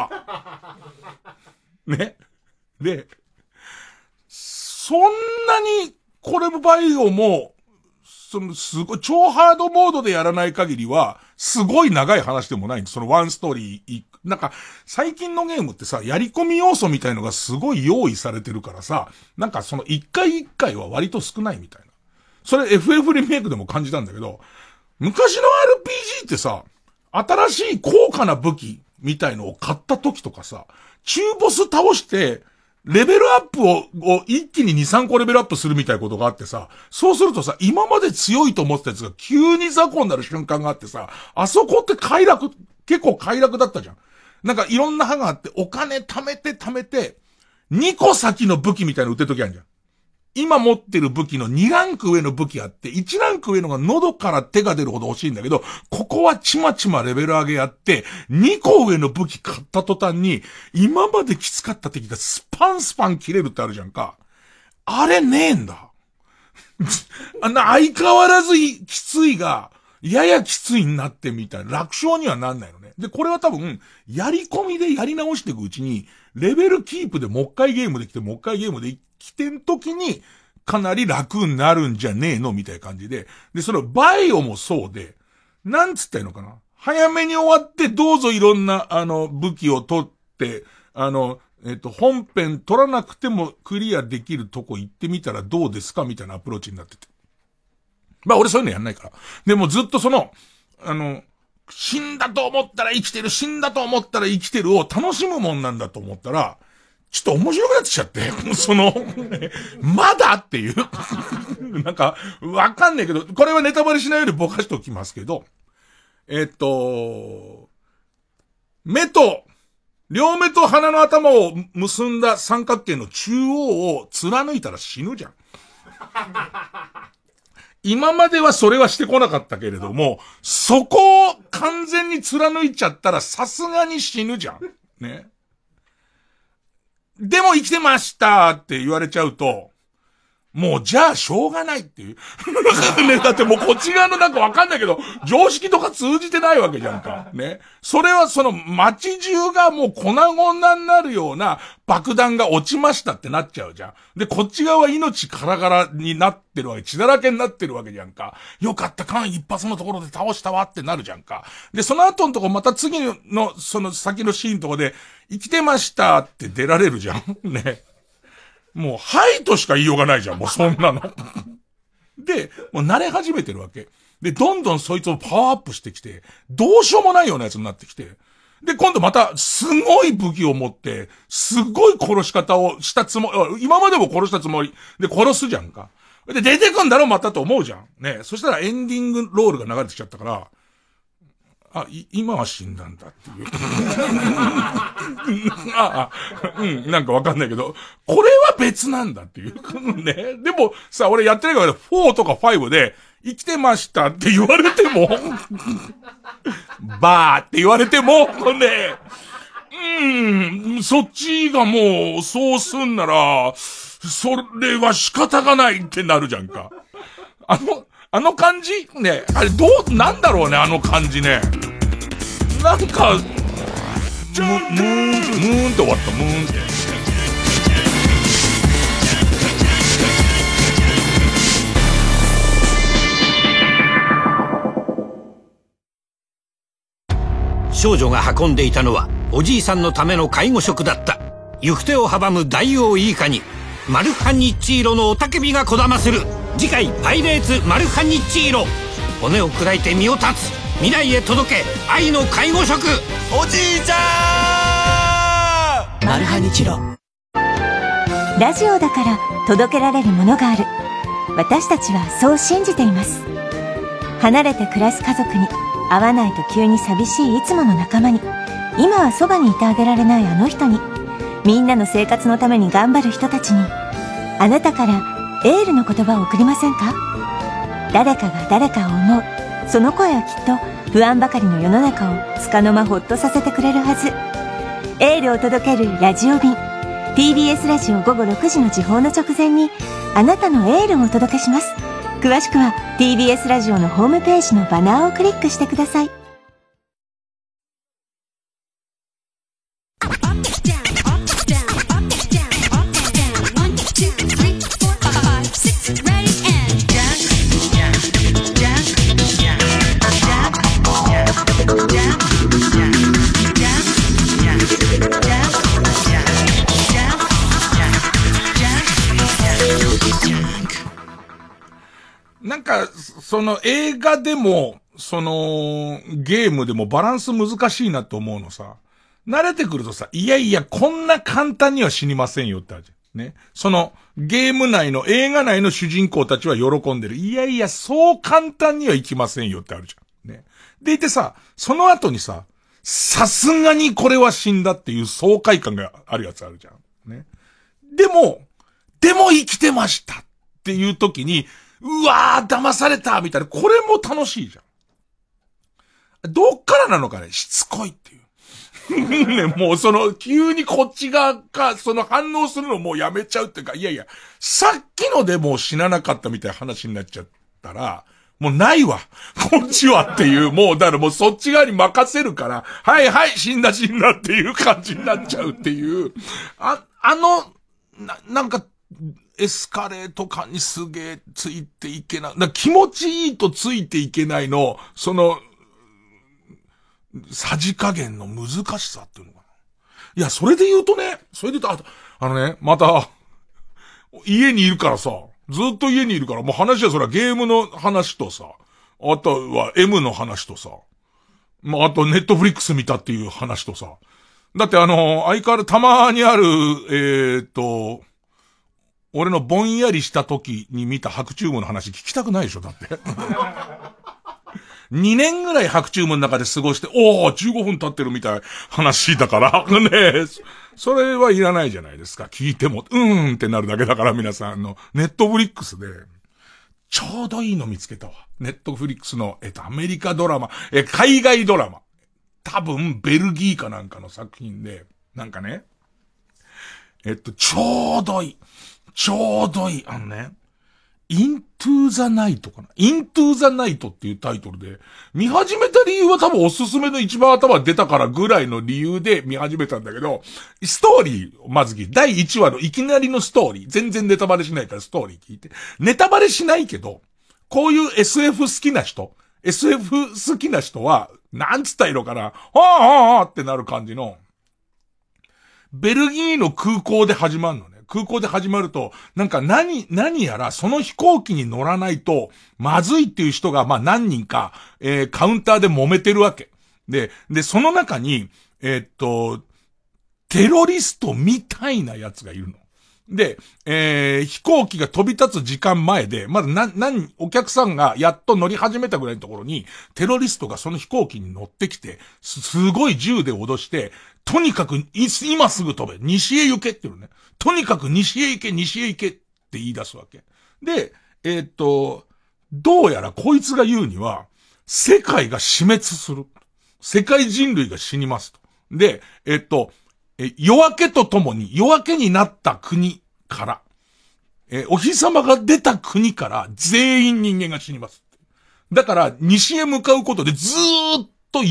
ね。で、そんなに、これバイオも、すごい、超ハードモードでやらない限りは、すごい長い話でもないんです。そのワンストーリー、なんか、最近のゲームってさ、やり込み要素みたいのがすごい用意されてるからさ、なんかその一回一回は割と少ないみたいな。それ FF リメイクでも感じたんだけど、昔の RPG ってさ、新しい高価な武器みたいのを買った時とかさ、中ボス倒して、レベルアップを一気に2、3個レベルアップするみたいなことがあってさ、そうするとさ、今まで強いと思ってたやつが急に雑魚になる瞬間があってさ、あそこって結構快楽だったじゃん。なんかいろんな歯があって、お金貯めて、2個先の武器みたいなの売ってる時あるじゃん。今持ってる武器の2ランク上の武器あって、1ランク上のが喉から手が出るほど欲しいんだけど、ここはちまちまレベル上げやって、2個上の武器買った途端に、今まできつかった敵がスパン切れるってあるじゃんか。あれねえんだ。相変わらずきついが、ややきついになってみたいな。楽勝にはなんないのね。で、これは多分、やり込みでやり直していくうちに、レベルキープでもう一回ゲームできて、もう一回ゲームで来てん時に、かなり楽になるんじゃねえのみたいな感じで。で、そのバイオもそうで、なんつったらいいのかな。早めに終わって、どうぞいろんな、武器を取って、本編取らなくてもクリアできるとこ行ってみたらどうですかみたいなアプローチになってて。まあ俺そういうのやんないから。でもずっと死んだと思ったら生きてる、死んだと思ったら生きてるを楽しむもんなんだと思ったら、ちょっと面白くなってきちゃって、まだっていう。なんか、わかんないけど、これはネタバレしないようにぼかしておきますけど、両目と鼻の頭を結んだ三角形の中央を貫いたら死ぬじゃん。今まではそれはしてこなかったけれども、そこを完全に貫いちゃったらさすがに死ぬじゃん。ね。でも生きてましたって言われちゃうと、もうじゃあしょうがないっていう。ね、だってもうこっち側のなんかわかんないけど、常識とか通じてないわけじゃんか。ね。それはその街中がもう粉々になるような爆弾が落ちましたってなっちゃうじゃん。で、こっち側は命カラカラになってるわけ、血だらけになってるわけじゃんか。よかった、間一髪のところで倒したわってなるじゃんか。で、その後のとこまた次の、その先のシーンのとこで、生きてましたって出られるじゃん。ね。もう、はいとしか言いようがないじゃん、もうそんなの。で、もう慣れ始めてるわけ。で、どんどんそいつをパワーアップしてきて、どうしようもないようなやつになってきて、で、今度また、すごい武器を持って、すごい殺し方をしたつもり、今までも殺したつもりで殺すじゃんか。で、出てくんだろまたと思うじゃん。ね。そしたらエンディングロールが流れてきちゃったから、今は死んだんだっていう。なんかわかんないけど、これは別なんだっていう。ね。でもさ、俺やってないから4とか5で、生きてましたって言われても、バーって言われても、ね、そっちがもう、そうすんなら、それは仕方がないってなるじゃんか。あの感じね、あれなんだろうね、あの感じね。なんか、ムーンって終わった、ムーンって。 少女が運んでいたのは、おじいさんのための介護食だった。行く手を阻む大王イーカに、マルハニッチーロの雄たけびがこだまする。次回パイレーツマルハニッチーロ。骨を砕いて身を断つ。未来へ届け愛の介護食。 おじいちゃんマルハニチロ。 ラジオだから届けられるものがある。私たちはそう信じています。離れて暮らす家族に、会わないと急に寂しいいつもの仲間に、今はそばにいてあげられないあの人に、みんなの生活のために頑張る人たちに、あなたからエールの言葉を送りませんか？誰かが誰かを思う、その声はきっと不安ばかりの世の中を束の間ほっとさせてくれるはず。エールを届けるラジオ便。 TBS ラジオ午後6時の時報の直前にあなたのエールをお届けします。詳しくは TBS ラジオのホームページのバナーをクリックしてください。 なんか、その映画でも、そのゲームでもバランス難しいなと思うのさ。慣れてくるとさ、いやいや、こんな簡単には死にませんよってあるじゃん。ね。そのゲーム内の、映画内の主人公たちは喜んでる。いやいや、そう簡単にはいきませんよってあるじゃん。ね。でいてさ、その後にさ、さすがにこれは死んだっていう爽快感があるやつあるじゃん。ね。でも生きてましたっていう時に、うわー、騙されたみたいな、これも楽しいじゃん。どっからなのかね、しつこいっていう。ね、もうその、急にこっち側か、その反応するのもうやめちゃうっていうか、いやいや、さっきのでもう死ななかったみたいな話になっちゃったら、もうないわ。こっちはっていう、もうだからもうそっち側に任せるから、はいはい、死んだっていう感じになっちゃうっていう。なんか、エスカレート感にすげえついていけない。気持ちいいとついていけないの、その、さじ加減の難しさっていうのかな。いや、それで言うと、また、家にいるからさ、ずっと家にいるから、もう話はそれはゲームの話とさ、あとは M の話とさ、あとネットフリックス見たっていう話とさ、だって相変わらずたまにある、俺のぼんやりした時に見た白チュームの話聞きたくないでしょだって。2年ぐらい白チュームの中で過ごして、15分経ってるみたいな話だから、ね、それはいらないじゃないですか。聞いても、ってなるだけだから皆さんネットフリックスで、ちょうどいいの見つけたわ。ネットフリックスの、アメリカドラマ、海外ドラマ。多分、ベルギーかなんかの作品で、なんかね、ちょうどいい。イントゥーザナイトかな。イントゥーザナイトっていうタイトルで、見始めた理由は多分おすすめの一番頭出たからぐらいの理由で見始めたんだけど、ストーリーをまず聞いて、第1話のいきなりのストーリー、全然ネタバレしないからストーリー聞いて、ネタバレしないけど、こういう SF 好きな人は、なんつったらいいのかな、ってなる感じの、ベルギーの空港で始まるのね。空港で始まると、なんか何やらその飛行機に乗らないと、まずいっていう人が何人か、カウンターで揉めてるわけ。で、その中に、テロリストみたいなやつがいるの。で、飛行機が飛び立つ時間前で、まだお客さんがやっと乗り始めたぐらいのところに、テロリストがその飛行機に乗ってきて、すごい銃で脅して、とにかく今すぐ飛べ、西へ行けっていうのね。とにかく西へ行けって言い出すわけ。で、どうやらこいつが言うには、世界が死滅する。世界人類が死にますと。で、夜明けとともに、夜明けになった国から、お日様が出た国から全員人間が死にます。だから、西へ向かうことでずーっと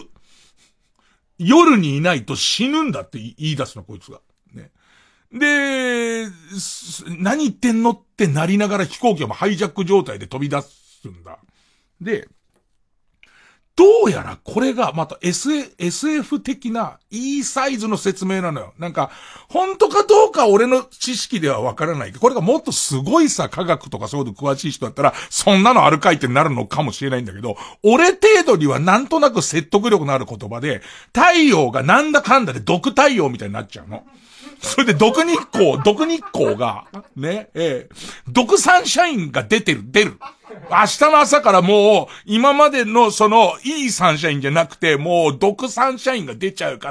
夜にいないと死ぬんだって言い出すの、こいつが。ね。で、何言ってんのってなりながら飛行機はハイジャック状態で飛び出すんだ。で、どうやらこれがまた SF 的ないいサイズの説明なのよ。なんか、本当かどうか俺の知識ではわからないけど、これがもっとすごいさ、科学とかそういうの詳しい人だったら、そんなのあるかいってなるのかもしれないんだけど、俺程度にはなんとなく説得力のある言葉で、太陽がなんだかんだで毒太陽みたいになっちゃうの。それで毒日光が、ね、毒サンシャインが出る。明日の朝からもう、今までのいいサンシャインじゃなくて、もう毒サンシャインが出ちゃうから、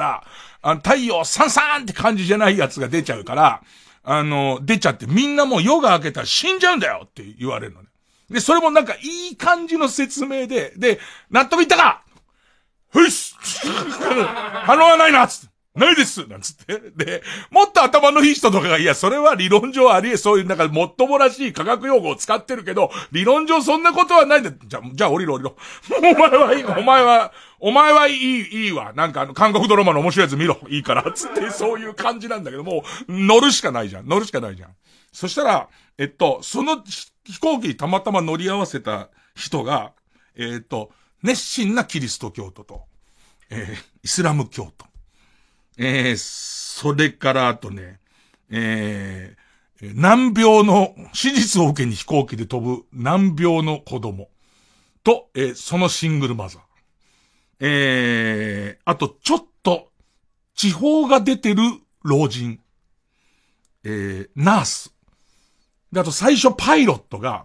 太陽サンサンって感じじゃないやつが出ちゃうから、出ちゃってみんなもう夜が明けたら死んじゃうんだよって言われるのね。で、それもなんかいい感じの説明で、納得いったか？ふいっ反応はないなっつって。 ないですなんつって。で、もっと頭のいい人とかが、いや、それは理論上ありえ、そういう、なんか、もっともらしい科学用語を使ってるけど、理論上そんなことはないんだ。じゃあ降りろ。お前はいいわ。なんか韓国ドラマの面白いやつ見ろ。いいから。つって、そういう感じなんだけど、もう、乗るしかないじゃん。そしたら、その飛行機にたまたま乗り合わせた人が、熱心なキリスト教徒と、イスラム教徒。それからあとね、難病の、手術を受けに飛行機で飛ぶ難病の子供と、そのシングルマザー。あとちょっと、地方が出てる老人。ナース。で、あと最初パイロットが、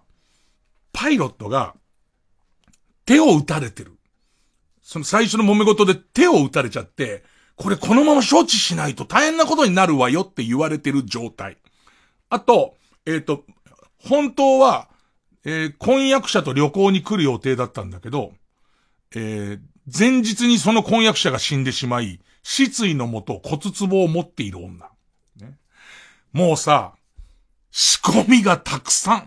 手を撃たれてる。その最初の揉め事で手を撃たれちゃって、これこのまま処置しないと大変なことになるわよって言われてる状態。あと、本当は、婚約者と旅行に来る予定だったんだけど、前日にその婚約者が死んでしまい、失意のもと骨壺を持っている女。ね、もうさ、仕込みがたくさ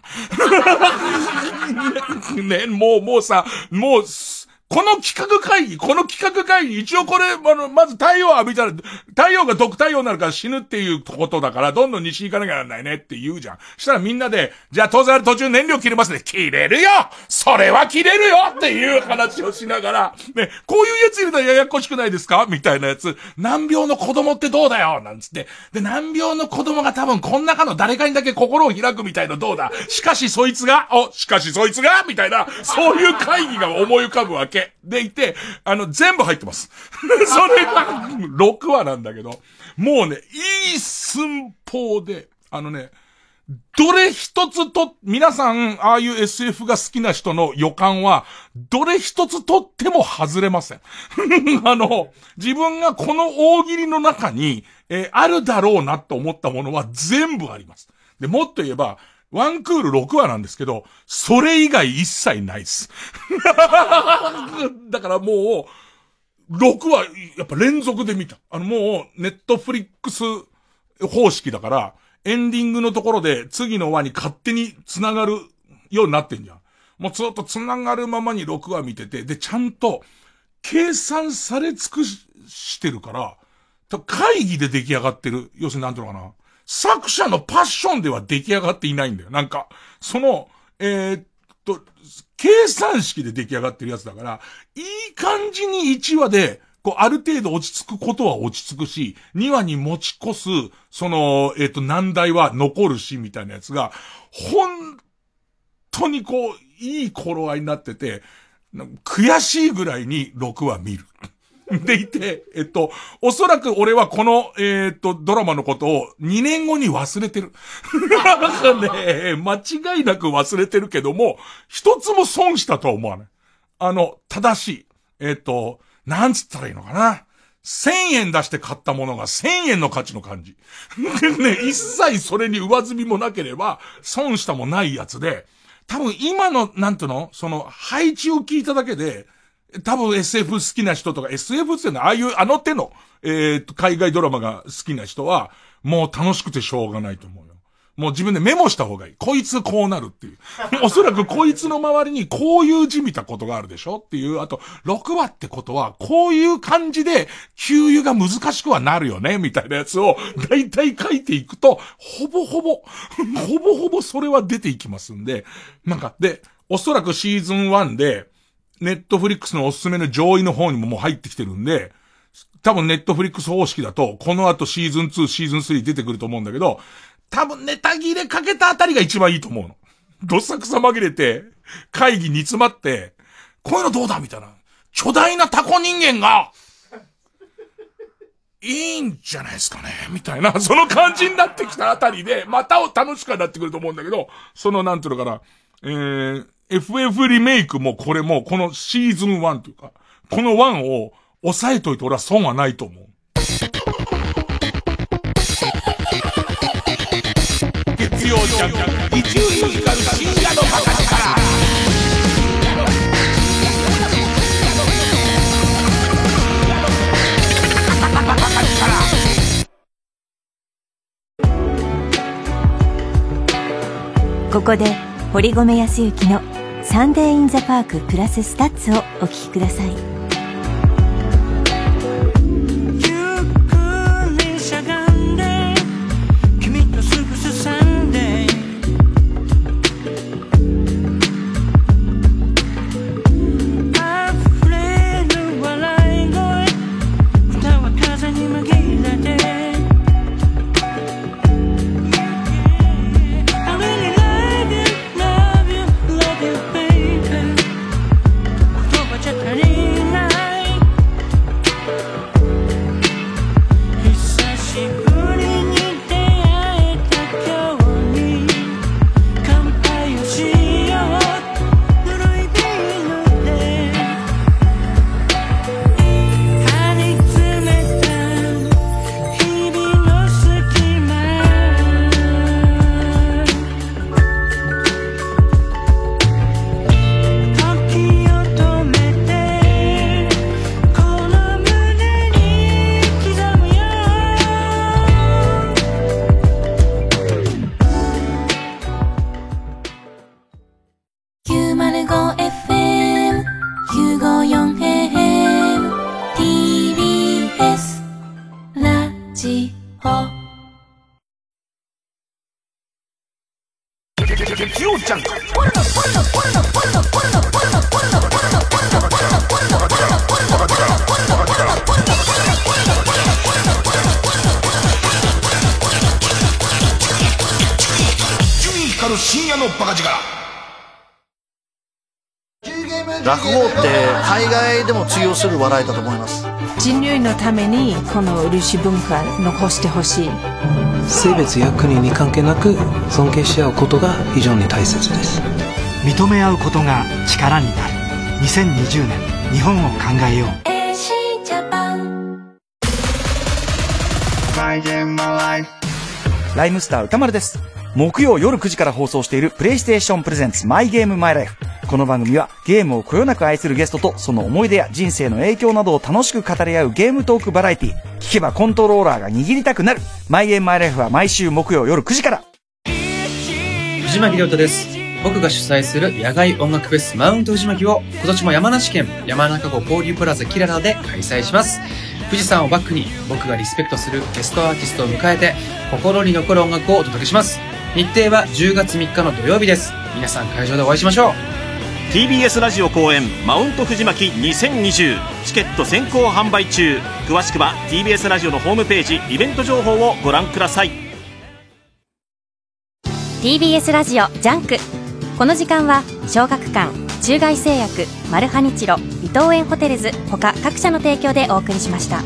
ん。ね、もうさ、この企画会議、一応これ、まず太陽浴びたら、太陽が毒太陽になるから死ぬっていうことだから、どんどん西行かなきゃならないねって言うじゃん。したらみんなで、じゃあ当然途中燃料切れますね。切れるよそれは切れるよっていう話をしながら、ね、こういうやついるとややこしくないですかみたいなやつ、難病の子供ってどうだよなんつって。で、難病の子供が多分この中の誰かにだけ心を開くみたいのどうだしかしそいつがみたいな、そういう会議が思い浮かぶわけ。でいて、全部入ってます。それが、6話なんだけど、もうね、いい寸法で、どれ一つと、皆さん、ああいう SF が好きな人の予感は、どれ一つとっても外れません。自分がこの大喜利の中に、あるだろうなと思ったものは全部あります。で、もっと言えば、ワンクール6話なんですけど、それ以外一切ないです。だからもう、6話、やっぱ連続で見た。もう、ネットフリックス方式だから、エンディングのところで次の話に勝手に繋がるようになってんじゃん。もうずっと繋がるままに6話見てて、で、ちゃんと、計算され尽くしてるから、会議で出来上がってる。要するになんていうのかな。作者のパッションでは出来上がっていないんだよ。なんか、その、計算式で出来上がってるやつだから、いい感じに1話で、ある程度落ち着くことは落ち着くし、2話に持ち越す、その、難題は残るし、みたいなやつが、本当にいい頃合いになってて、悔しいぐらいに6話見る。でいて、おそらく俺はこの、ドラマのことを2年後に忘れてる。ね、間違いなく忘れてるけども、一つも損したとは思わない。正しい。なんつったらいいのかな。1000円出して買ったものが1000円の価値の感じ。ね、一切それに上積みもなければ、損したもないやつで、多分今の、なんていうのその、配置を聞いただけで、多分 SF 好きな人とか、SF っていうのはああいう手の、海外ドラマが好きな人は、もう楽しくてしょうがないと思うよ。もう自分でメモした方がいい。こいつこうなるっていう。おそらくこいつの周りにこういう字見たことがあるでしょっていう。あと、6話ってことは、こういう感じで、給油が難しくはなるよねみたいなやつを、だいたい書いていくと、ほぼほぼそれは出ていきますんで、なんか、で、おそらくシーズン1で、ネットフリックスのおすすめの上位の方にももう入ってきてるんで、多分ネットフリックス方式だと、この後シーズン2、シーズン3出てくると思うんだけど、多分ネタ切れかけたあたりが一番いいと思うの。どさくさ紛れて、会議煮詰まって、こういうのどうだみたいな。巨大なタコ人間が、いいんじゃないですかねみたいな、その感じになってきたあたりで、また楽しくなってくると思うんだけど、そのなんていうのかな、FF リメイクもこれも、このシーズン1というか、この1を抑えといて俺は損はないと思う。月曜ジャンク、伊集院光深夜のバカ力。バカ力。 ここで堀米康之のサンデーインザパークプラススタッツをお聴きください。 深夜のバカ力。 落語って海外でも通用する笑いだと思います。 人類のためにこの漆文化残してほしい。 性別や国に関係なく尊敬し合うことが非常に大切です。 認め合うことが力になる。2020年日本を考えよう。 ライムスター歌丸です。木曜夜9時から放送しているプレイステーションプレゼンツマイゲームマイライフ。この番組はゲームをこよなく愛するゲストとその思い出や人生の影響などを楽しく語り合うゲームトークバラエティ。聞けばコントローラーが握りたくなる。マイゲームマイライフは毎週木曜夜9時から。 藤巻亮太です。僕が主催する野外音楽フェスマウント藤巻を今年も山梨県山中湖交流プラザキララで開催します。富士山をバックに僕がリスペクトするゲストアーティストを迎えて心に残る音楽をお届けします。日程は10月3日の土曜日です。皆さん会場でお会いしましょう。 TBS ラジオ公演マウント藤巻2020チケット先行販売中。詳しくは TBS ラジオのホームページイベント情報をご覧ください。 TBS ラジオジャンク。この時間は小学館、中外製薬、マルハニチロ、伊藤園ホテルズ他各社の提供でお送りしました。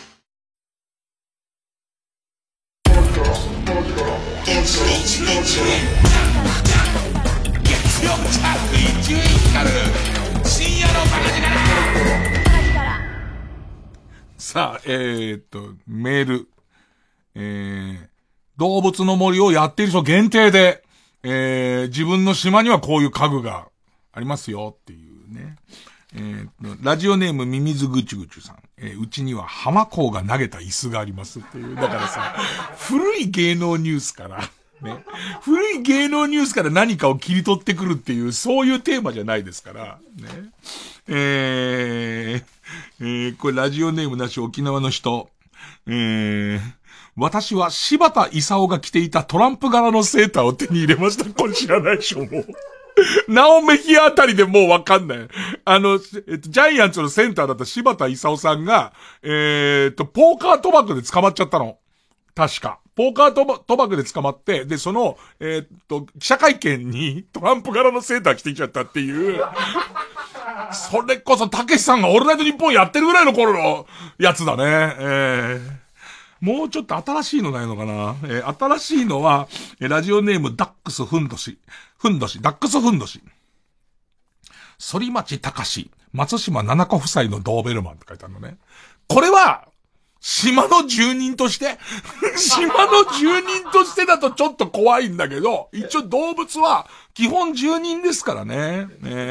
さあ、メール。動物の森をやっている人限定で、自分の島にはこういう家具がありますよっていうね。ラジオネームミミズぐちゅぐちゅさん。うちには浜港が投げた椅子がありますっていう。だからさ、古い芸能ニュースから、ね。古い芸能ニュースから何かを切り取ってくるっていう、そういうテーマじゃないですから、ね。これラジオネームなし沖縄の人。私は柴田勲が着ていたトランプ柄のセーターを手に入れました。これ知らないでしょ、もう。ナオメヒアあたりでもうわかんない。ジャイアンツのセンターだった柴田勲さんが、ポーカー賭博で捕まっちゃったの。確か。ポーカー賭博で捕まって、で、その、記者会見にトランプ柄のセーター着てきちゃったっていう。それこそ、たけしさんがオールナイトニッポンやってるぐらいの頃のやつだね。もうちょっと新しいのないのかな。新しいのは、ラジオネームダックスふんどし。ダックスふんどし。反町隆史、松島七子夫妻のドーベルマンって書いてあるのね。これは、島の住人としてだとちょっと怖いんだけど、一応動物は基本住人ですからね。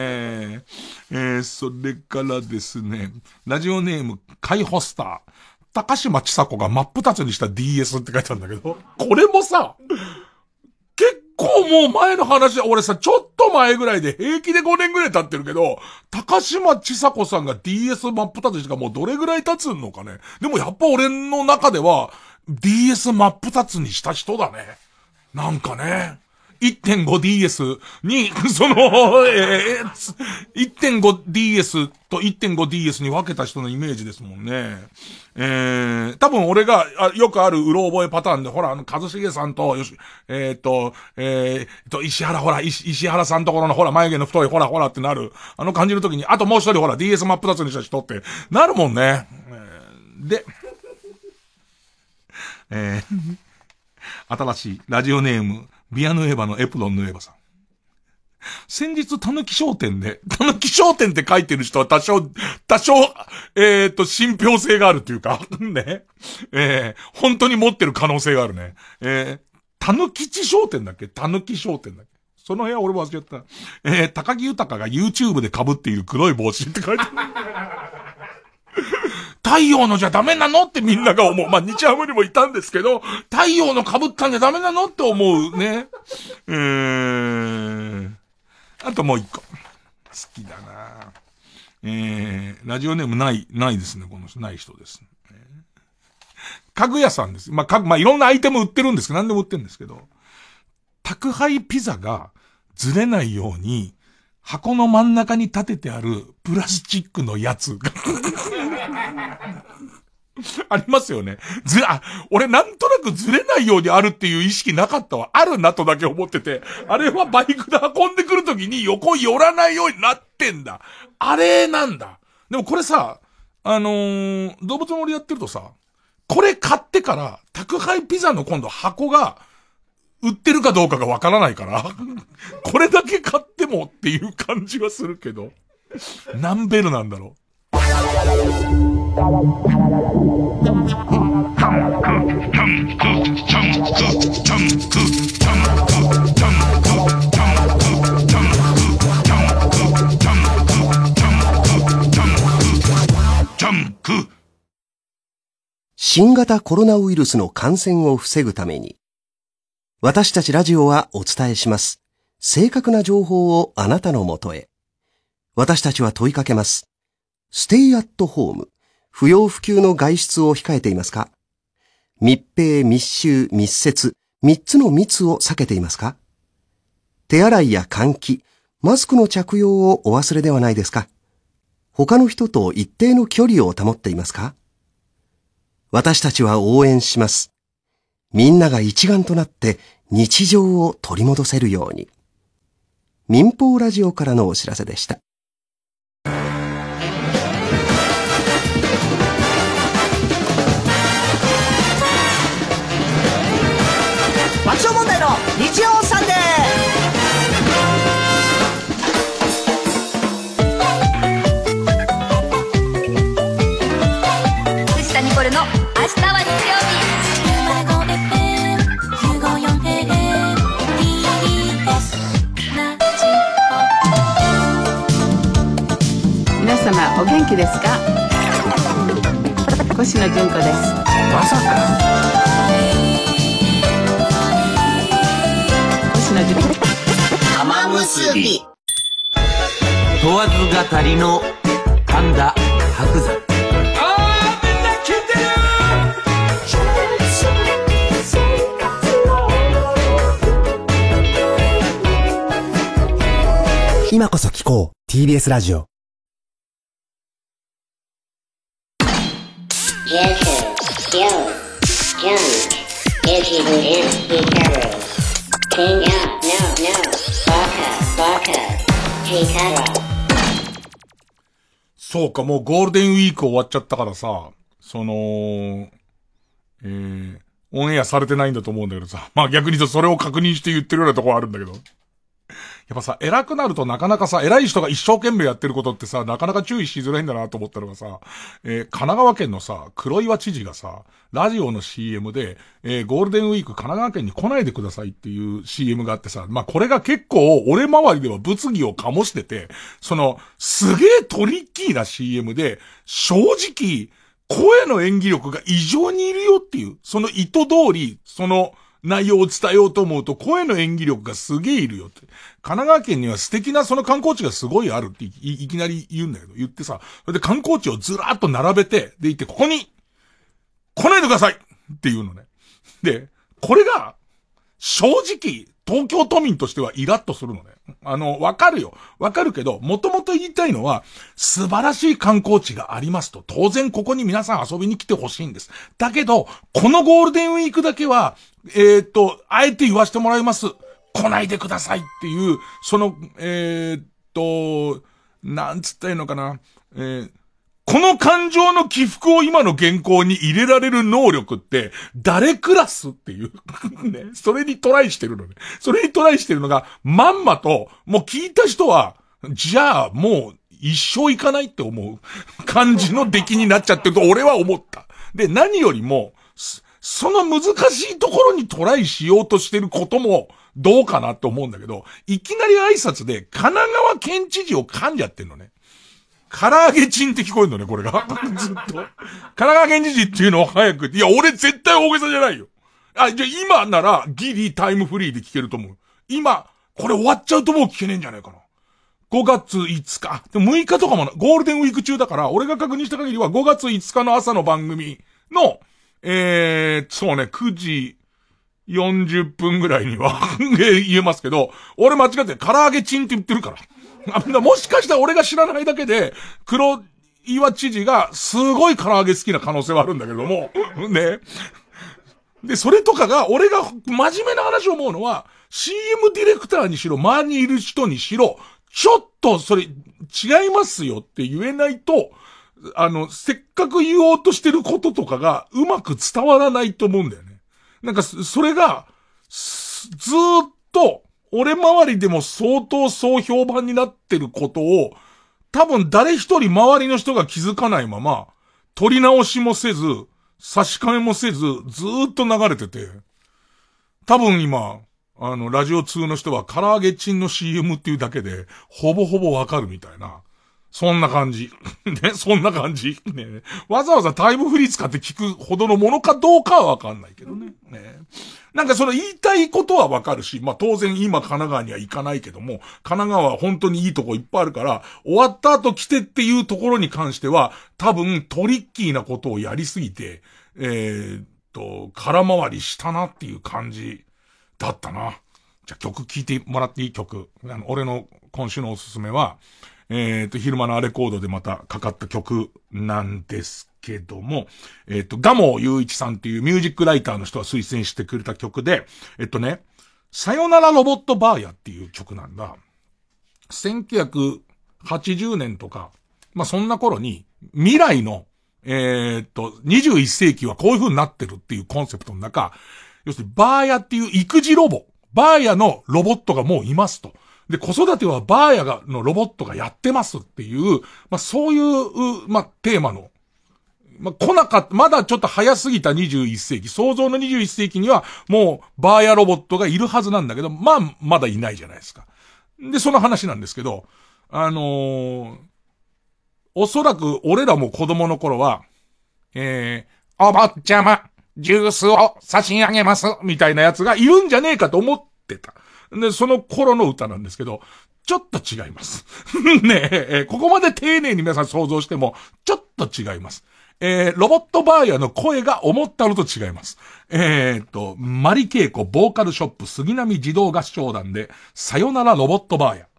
それからですね、ラジオネームカイホスター。高島千佐子が真っ二つにした DS って書いてあるんだけど、これもさ、結構もう前の話、俺さ、ちょっと前ぐらいで平気で5年ぐらい経ってるけど、高島ちさ子さんが DS 真っ二つしかもうどれぐらい経つのかね。でもやっぱ俺の中では DS 真っ二つにした人だね。なんかね。1.5DS に、1.5DS と 1.5DS に分けた人のイメージですもんね。多分俺が、よくあるうろ覚えパターンで、ほら、一茂さんと、石原さんところのほら、眉毛の太いほらってなる、感じの時に、あともう一人ほら、DS 真っ二つにした人って、なるもんね。で、新しいラジオネーム、ビアヌエヴァのエプロンヌエヴァさん。先日、たぬき商店って書いてる人は多少、信憑性があるっていうか、ね。本当に持ってる可能性があるね。たぬきち商店だっけその部屋俺も忘れちゃった。高木豊が YouTube で被っている黒い帽子って書いてある。太陽のじゃダメなのってみんなが思う。まあ、日ハムにもいたんですけど、太陽の被ったんじゃダメなのって思うね。あともう一個。好きだなラジオネームないですね、この人。ない人です。家具屋さんです。まあ、いろんなアイテム売ってるんですけど、何でも売ってるんですけど、宅配ピザがずれないように、箱の真ん中に立ててあるプラスチックのやつがありますよね。俺なんとなくずれないようにあるっていう意識なかったわ。あるなとだけ思ってて、あれはバイクで運んでくるときに横寄らないようになってんだ。あれなんだ。でもこれさ、動物の森やってるとさ、これ買ってから宅配ピザの今度箱が売ってるかどうかがわからないからこれだけ買ってもっていう感じはするけど、何ベルなんだろう。 新型コロナウイルスの感染を防ぐために、私たちラジオはお伝えします。正確な情報をあなたのもとへ。私たちは問いかけます。ステイアットホーム。不要不急の外出を控えていますか？密閉、密集、密接、3つの密を避けていますか？手洗いや換気、マスクの着用をお忘れではないですか？他の人と一定の距離を保っていますか？私たちは応援します。みんなが一丸となって日常を取り戻せるように。民放ラジオからのお知らせでした。 爆笑問題の日曜サンデー。藤田ニコルの明日は日曜日。 皆様お元気ですか？越野純子です。 まさか越野純子玉結び問わず語りの神田伯山。 みんな聞いてる？ 今こそ聞こう TBS ラジオ。 そうか、もうゴールデンウィーク終わっちゃったからさ、オンエアされてないんだと思うんだけどさ、まあ逆に言うとそれを確認して言ってるようなところあるんだけど。やっぱさ、偉くなるとなかなかさ、偉い人が一生懸命やってることってさ、なかなか注意しづらいんだなと思ったのがさ、神奈川県のさ、黒岩知事がさ、ラジオの CM で、ゴールデンウィーク神奈川県に来ないでくださいっていう CM があってさ、まあこれが結構俺周りでは物議を醸してて、すげえトリッキーな CM で、正直、声の演技力が異常にいるよっていう、その意図通り、 内容を伝えようと思うと声の演技力がすげえいるよって。神奈川県には素敵なその観光地がすごいあるって いきなり言うんだけど、言ってさ、それで観光地をずらーっと並べて、で言ってここに来ないでくださいっていうのね。で、これが正直東京都民としてはイラッとするのね。わかるよ。わかるけど、もともと言いたいのは、素晴らしい観光地がありますと。当然ここに皆さん遊びに来てほしいんです。だけど、このゴールデンウィークだけは、あえて言わせてもらいます。来ないでくださいっていう、その、なんつったらいいのかな。この感情の起伏を今の原稿に入れられる能力って、誰クラスっていう。ね。それにトライしてるのね。それにトライしてるのが、まんまと、もう聞いた人は、じゃあ、もう、一生いかないって思う感じの出来になっちゃってると俺は思った。で、何よりも、その難しいところにトライしようとしてることも、どうかなって思うんだけど、いきなり挨拶で神奈川県知事を噛んじゃってんのね。唐揚げチンって聞こえるのね、これが。ずっと。神奈川県知事っていうのを早く。いや、俺絶対大げさじゃないよ。じゃあ今ならギリタイムフリーで聞けると思う。今、これ終わっちゃうともう聞けねえんじゃないかな。5月5日。でも6日とかもな、ゴールデンウィーク中だから、俺が確認した限りは5月5日の朝の番組の、そうね、9時40分ぐらいには言えますけど、俺間違って唐揚げチンって言ってるから。もしかしたら俺が知らないだけで、黒岩知事がすごい唐揚げ好きな可能性はあるんだけども、ね。で、それとかが、俺が真面目な話を思うのは、CM ディレクターにしろ、周りにいる人にしろ、ちょっとそれ違いますよって言えないと、せっかく言おうとしてることとかがうまく伝わらないと思うんだよね。なんか、それが、ずーっと、俺周りでも相当そう評判になってることを、多分誰一人周りの人が気づかないまま、撮り直しもせず、差し替えもせず、ずーっと流れてて、多分今、ラジオ2の人は唐揚げチンの CM っていうだけで、ほぼほぼわかるみたいな。そんな感じ。ね、そんな感じ。ね。わざわざタイムフリー使って聞くほどのものかどうかはわかんないけどね。ね。なんかその言いたいことはわかるし、まあ当然今神奈川には行かないけども、神奈川は本当にいいとこいっぱいあるから、終わった後来てっていうところに関しては、多分トリッキーなことをやりすぎて、空回りしたなっていう感じだったな。じゃあ曲聴いてもらっていい曲。俺の今週のおすすめは、昼間のレコードでまたかかった曲なんですけども、ガモ雄一さんっていうミュージックライターの人が推薦してくれた曲で、さよならロボットバーヤっていう曲なんだ。1980年とか、まあ、そんな頃に未来の、21世紀はこういう風になってるっていうコンセプトの中、要するにバーヤっていう育児ロボ、バーヤのロボットがもういますと。で、子育てはバーヤのロボットがやってますっていう、まあ、そういう、まあ、テーマの、まあ、まだちょっと早すぎた21世紀、想像の21世紀にはもうバーヤロボットがいるはずなんだけど、まあ、まだいないじゃないですか。で、その話なんですけど、おそらく俺らも子供の頃は、お坊ちゃま、ジュースを差し上げます、みたいなやつがいるんじゃねえかと思ってた。で、その頃の歌なんですけど、ちょっと違います。ねえ、ここまで丁寧に皆さん想像しても、ちょっと違います。ロボットバーヤの声が思ったのと違います。マリケイコボーカルショップ杉並児童合唱団で、さよならロボットバーヤ。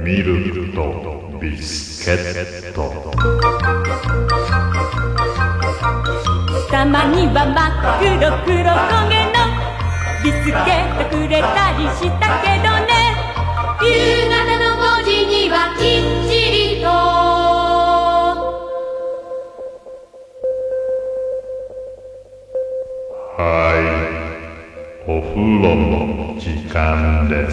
ミルクとビスケット。 たまには真っ黒黒焦げのビスケットくれたりしたけどね。夕方の5時にはきっちりとはい、お風呂の時間です。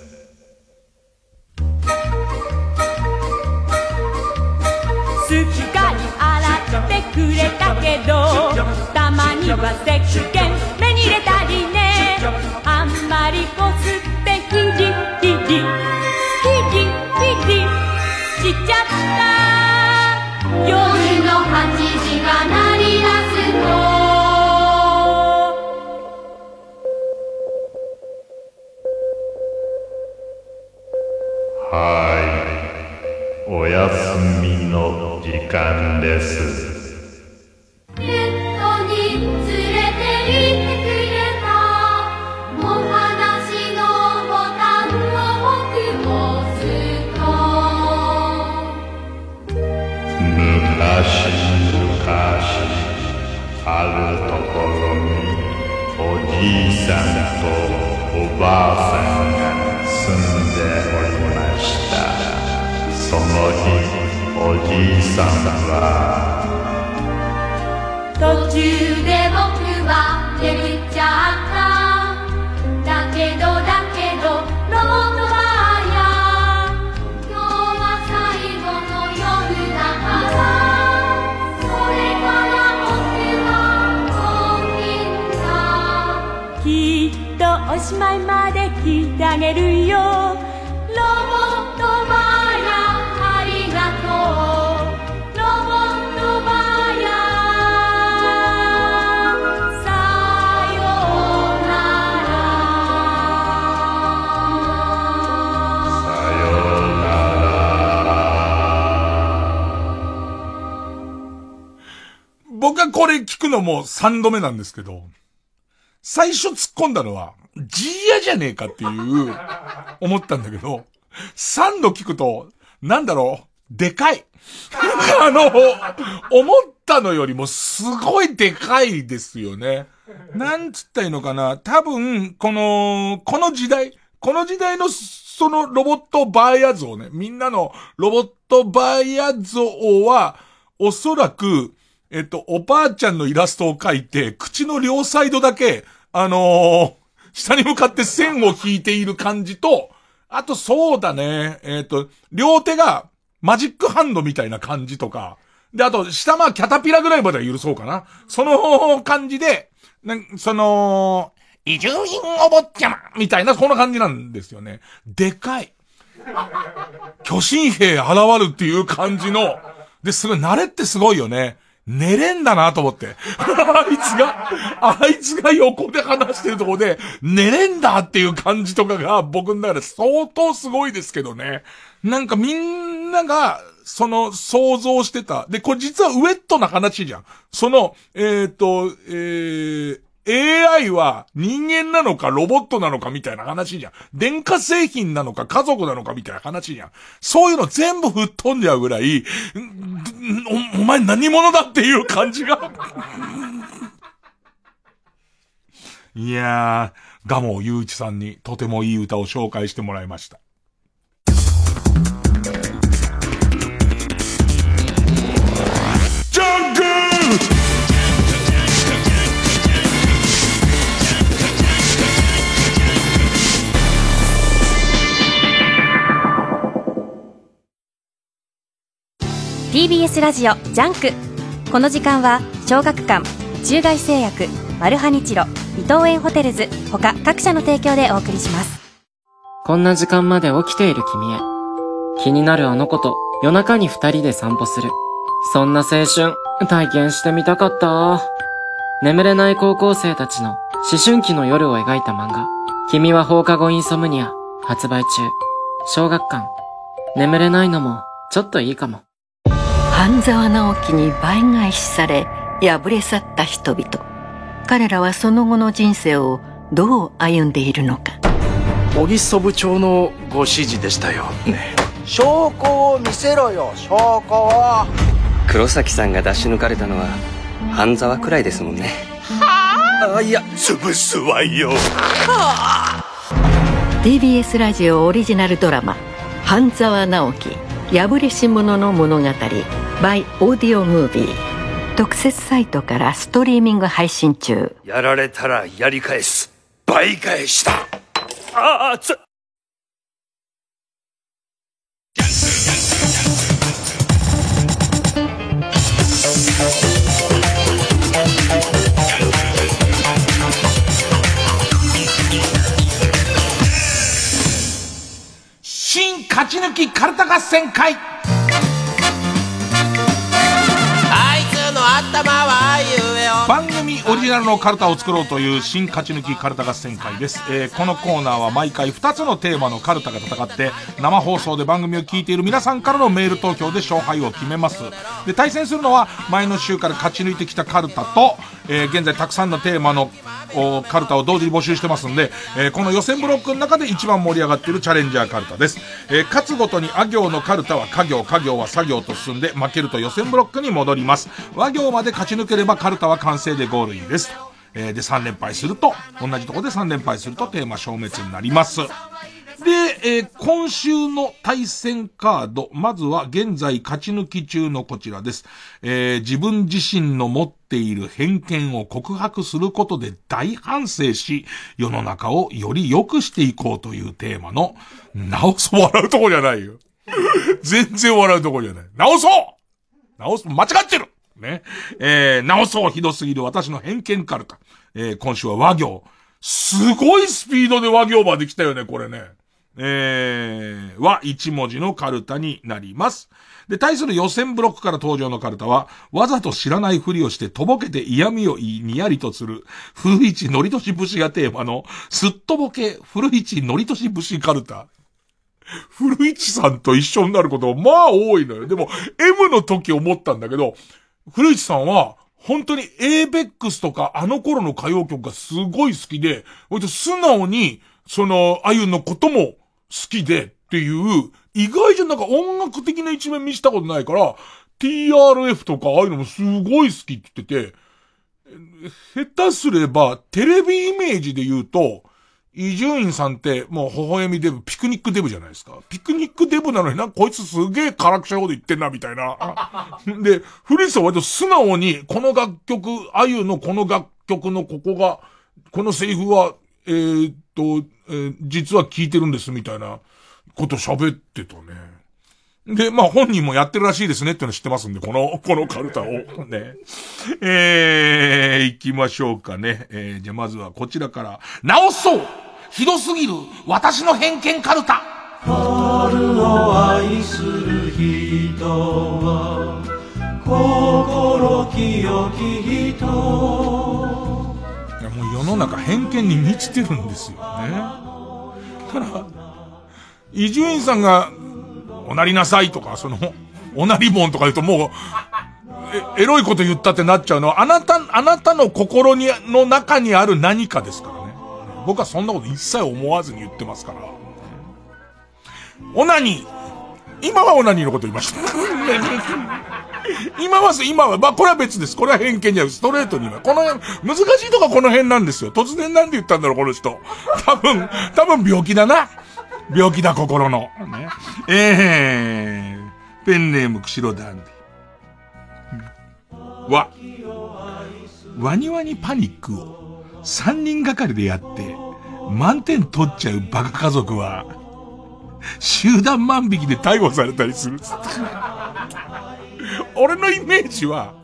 すっかり洗ってくれたけど、たまには石鹸目に入れたりね。あんまりこすってヒリヒリヒリヒリしちゃった。夜の8時が鳴り出すとはい、おやすみの時間です。 ベッドに連れて行ってくれた。お話のボタンを僕押すと、 昔々あるところにおじいさんとおばあさんが住んでおりました。その日おじいさんは途中で僕は眠っちゃった。だけどロボットバーや今日は最後の夜だから、それから僕は大きいんだ。きっとおしまいまで聞いてあげるよ。ロボットバーやありがとう。ロボットバーやさようなら。 さようなら。 僕はこれ聞くのも3度目なんですけど、最初突っ込んだのは、ジーヤじゃねえかっていう、思ったんだけど、3度聞くと、なんだろう、でかい。思ったのよりもすごいでかいですよね。なんつったらいいのかな。多分、この時代のそのロボットバーヤ像ね、みんなのロボットバーヤ像は、おそらく、おばあちゃんのイラストを描いて、口の両サイドだけ、下に向かって線を引いている感じと、あとそうだね、両手がマジックハンドみたいな感じとか、で、あと下キャタピラぐらいまでは許そうかな。その感じで、移住人お坊ちゃまみたいな、そんな感じなんですよね。でかい。巨神兵現るっていう感じの、で、すごい、慣れってすごいよね。寝れんだなと思って。あいつが横で話してるところで、寝れんだっていう感じとかが僕の中で相当すごいですけどね。なんかみんなが、想像してた。で、これ実はウェットな話じゃん。AI は人間なのかロボットなのかみたいな話じゃん。電化製品なのか家族なのかみたいな話じゃん。そういうの全部吹っ飛んじゃうぐらい、お前何者だっていう感じが。いやー、蒲生雄一さんにとてもいい歌を紹介してもらいました。ジャングル TBS ラジオジャンク。この時間は小学館、中外製薬、マルハニチロ、伊藤園ホテルズ他各社の提供でお送りします。 こんな時間まで起きている君へ、気になるあの子と夜中に二人で散歩する、そんな青春体験してみたかった。眠れない高校生たちの思春期の夜を描いた漫画、君は放課後インソムニア発売中。小学館、眠れないのもちょっといいかも。 半沢直樹に倍返しされ敗れ去った人々。彼らはその後の人生をどう歩んでいるのか。 小木曽部長のご指示でしたよね。 証拠を見せろよ、証拠を。 黒崎さんが出し抜かれたのは半沢くらいですもんね。 はあ、いや潰すわよ。はあ、TBS ラジオオリジナルドラマ半沢直樹破れし者の物語 by オーディオムービー、特設サイトからストリーミング配信中。 やられたらやり返す、倍返しだ。ああ、 新勝ち抜きカルタ合戦会。 あいつの頭は言えよ。 番組オリジナルのカルタを作ろうという新勝ち抜きカルタ合戦会です。このコーナーは毎回2つのテーマのカルタが戦って生放送で番組を聞いている皆さんからのメール投票で勝敗を決めます。で、対戦するのは前の週から勝ち抜いてきたカルタと、現在たくさんのテーマのカルタを同時に募集してますんで、この予選ブロックの中で一番盛り上がっているチャレンジャーカルタです。勝つごとにあ行のカルタは家行、家行は作業と進んで、負けると予選ブロックに戻ります。和行まで勝ち抜ければカルタは完成でゴールインです。で、3連敗すると、同じところで3連敗するとテーマ消滅になります。で、今週の対戦カード、まずは現在勝ち抜き中のこちらです。自分自身の持っている偏見を告白することで大反省し、世の中をより良くしていこうというテーマの、直そう、笑うとこじゃないよ。全然笑うとこじゃない。直そう間違ってるね。直そうひどすぎる私の偏見カルタ。今週は和行。すごいスピードで和行まで来たよね、これね。は1文字のカルタになります。で、対する予選ブロックから登場のカルタは、わざと知らないふりをしてとぼけて嫌味を言いにやりとする、古市のりとし節がテーマの、すっとぼけ古市のりとし節カルタ。古市さんと一緒になることまあ多いのよ。でも、M の時思ったんだけど、古市さんは、本当に ABEX とかあの頃の歌謡曲がすごい好きで、素直に、あゆのことも好きでっていう、意外じゃなんか音楽的な一面見せたことないから、TRF とかああいうのもすごい好きって言ってて、下手すればテレビイメージで言うと、伊集院さんってもう微笑みデブ、ピクニックデブじゃないですか。ピクニックデブなのになんかこいつすげえ辛口なこと言ってんなみたいな。で、古市さんは割と素直にこの楽曲、あゆのこの楽曲のここが、このセリフは、実は聞いてるんですみたいなこと喋ってたね。で、まあ本人もやってるらしいですねっての知ってますんで、このカルタをね。行きましょうかね。じゃあまずはこちらから。直そうひどすぎる私の偏見カルタ。 春を愛する人は心清き人。 いやもう世の中偏見に満ちてるんですよね。ただ、伊集院さんがおなりなさいとか、おなりもんとか言うともう、エロいこと言ったってなっちゃうのは、あなたの心の中にある何かですからね。僕はそんなこと一切思わずに言ってますから。オナニー。今はオナニーのこと言いました。今は、まあ、これは別です。これは偏見じゃない。ストレートには。この辺、難しいとここの辺なんですよ。突然なんで言ったんだろう、この人。多分病気だな。病気だ、心の。ね。ペンネーム、釧路ダンディ。ワニワニパニックを3人がかりでやって、満点取っちゃうバカ家族は、集団万引きで逮捕されたりする。俺のイメージは、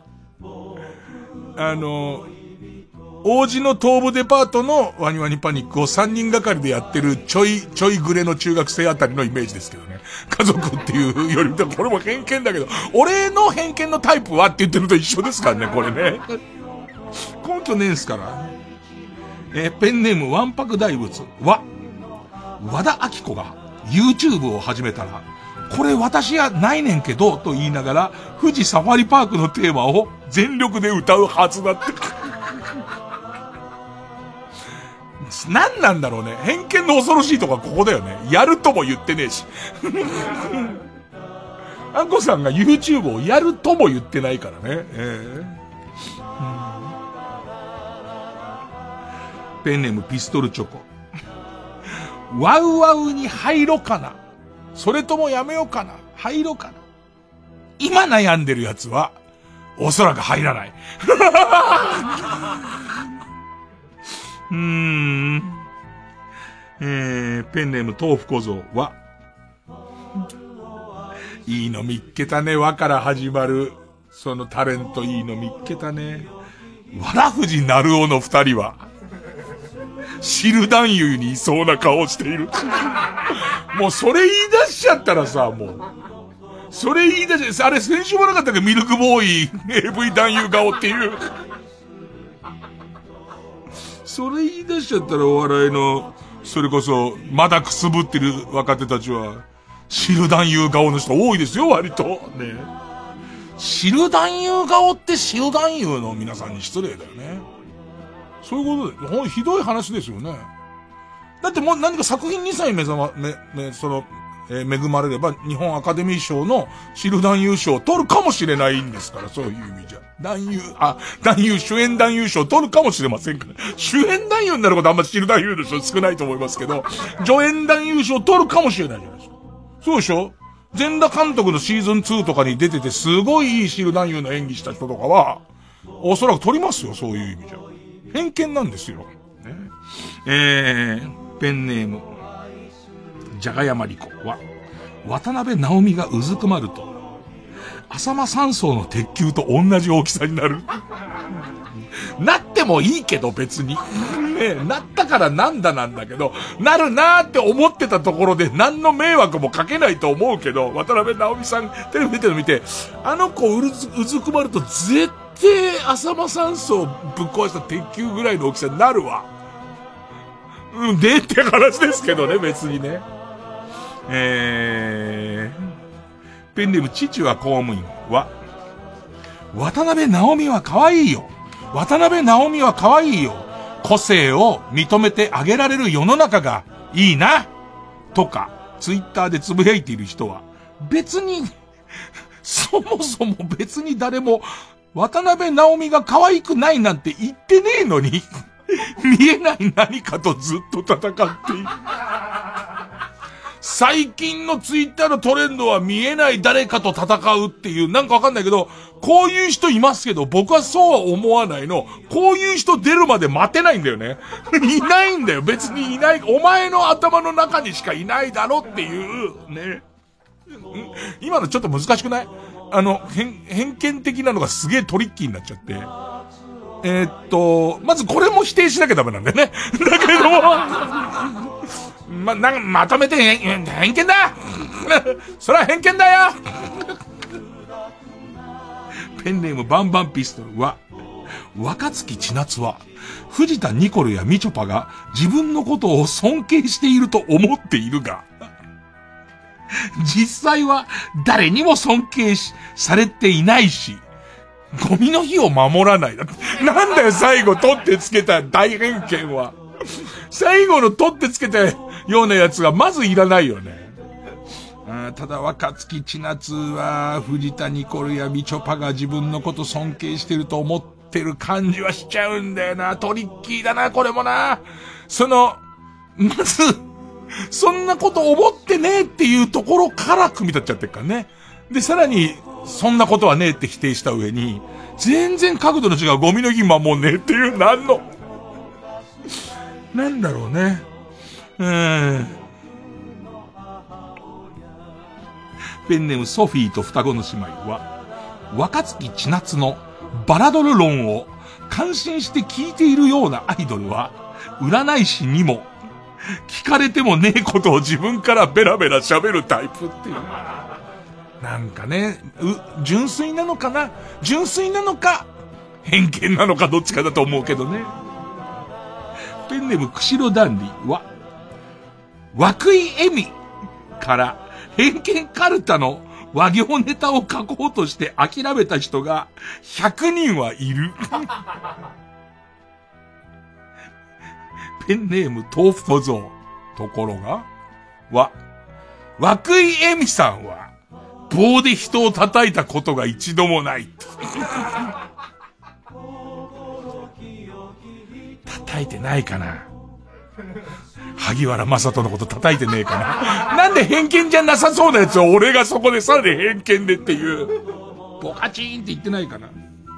王子の東部デパートのワニワニパニックを3人がかりでやってるちょいグレの中学生あたりのイメージですけどね。家族っていうよりも、これも偏見だけど、俺の偏見のタイプはって言ってると一緒ですからね、これね。根拠ねえんすから。ペンネームわんぱく大仏。和田明子が YouTube を始めたら、これ私やないねんけど、と言いながら、富士サファリパークのテーマを全力で歌うはずだって。 何なんだろうね。偏見の恐ろしいとこはここだよね。やるとも言ってねえし。あんこさんが YouTube をやるとも言ってないからね。ペンネームピストルチョコ。ワウワウに入ろかな。それともやめようかな。入ろうかな。今悩んでるやつは、おそらく入らない。ペンネーム豆腐小僧は、いいの見っけたね。和から始まる、そのタレントいいの見っけたね。わらふじなるおの二人は、知る男優にいそうな顔している。もうそれ言い出しちゃったらさ、もう。それ言い出しちゃ、あれ先週もなかったっけ、ミルクボーイ、AV 男優顔っていう。それ言い出しちゃったらお笑いの、それこそ、まだくすぶってる若手たちは、知る男優顔の人多いですよ、割と。ね。知る男優顔って知る男優の皆さんに失礼だよね。そういうことで、ひどい話ですよね。だってもう何か作品2歳恵まれれば日本アカデミー賞の知る男優賞を取るかもしれないんですから、そういう意味じゃ。主演男優賞を取るかもしれませんから。主演男優になることあんま知る男優の人少ないと思いますけど、助演男優賞を取るかもしれないじゃないですか。そうでしょ？全裸監督のシーズン2とかに出ててすごいいい知る男優の演技した人とかは、おそらく取りますよ、そういう意味じゃ。偏見なんですよ。ね、ペンネーム、じゃがやまりこは、渡辺直美がうずくまると、浅間山荘の鉄球と同じ大きさになる。なってもいいけど別に。ね、なったからなんだなんだけど、なるなーって思ってたところで何の迷惑もかけないと思うけど、渡辺直美さんテレビ出てるの見て、あの子うずくまると絶対浅間山荘ぶっ壊した鉄球ぐらいの大きさになるわ。でって話ですけどね、別にね。ペンネーム父は公務員は、渡辺直美は可愛いよ。渡辺直美は可愛いよ。個性を認めてあげられる世の中がいいな。とか、ツイッターでつぶやいている人は、別に、そもそも別に誰も、渡辺直美が可愛くないなんて言ってねえのに、見えない何かとずっと戦っている。最近のツイッターのトレンドは見えない誰かと戦うっていう、なんかわかんないけど、こういう人いますけど、僕はそうは思わないの。こういう人出るまで待てないんだよね。いないんだよ。別にいない。お前の頭の中にしかいないだろっていう、ね。今のちょっと難しくない？偏見的なのがすげえトリッキーになっちゃって。まずこれも否定しなきゃダメなんだよね。だけども、まとめて偏見だそれは偏見だよペンネームバンバンピストルは、若槻千夏は、藤田ニコルやみちょぱが自分のことを尊敬していると思っているが、実際は誰にも尊敬されていないし、ゴミの日を守らない。なんだよ最後取ってつけた大偏見は。最後の取ってつけたようなやつがまずいらないよね。ただ若槻千夏は藤田ニコルやみちょぱが自分のこと尊敬してると思ってる感じはしちゃうんだよな。トリッキーだな、これもな。まず、そんなこと思ってねえっていうところから組み立っちゃってるからね。で、さらに、そんなことはねえって否定した上に、全然角度の違うゴミの日守んねえっていう、なんだろうね。ペンネームソフィーと双子の姉妹は、若槻千夏のバラドル論を感心して聞いているようなアイドルは、占い師にも、聞かれてもねえことを自分からベラベラ喋るタイプっていう。なんかね、純粋なのかな？純粋なのか、偏見なのかどっちかだと思うけどね。ペンネーム釧路ダンディは、涌井絵美から偏見カルタの和行ネタを書こうとして諦めた人が100人はいる。 ペンネーム豆腐小僧。ところが、涌井絵美さんは、棒で人を叩いたことが一度もない。叩いてないかな。萩原正人のこと叩いてねえかな。なんで偏見じゃなさそうなやつを俺がそこでさらに偏見でっていう。ボカチーンって言ってないかな。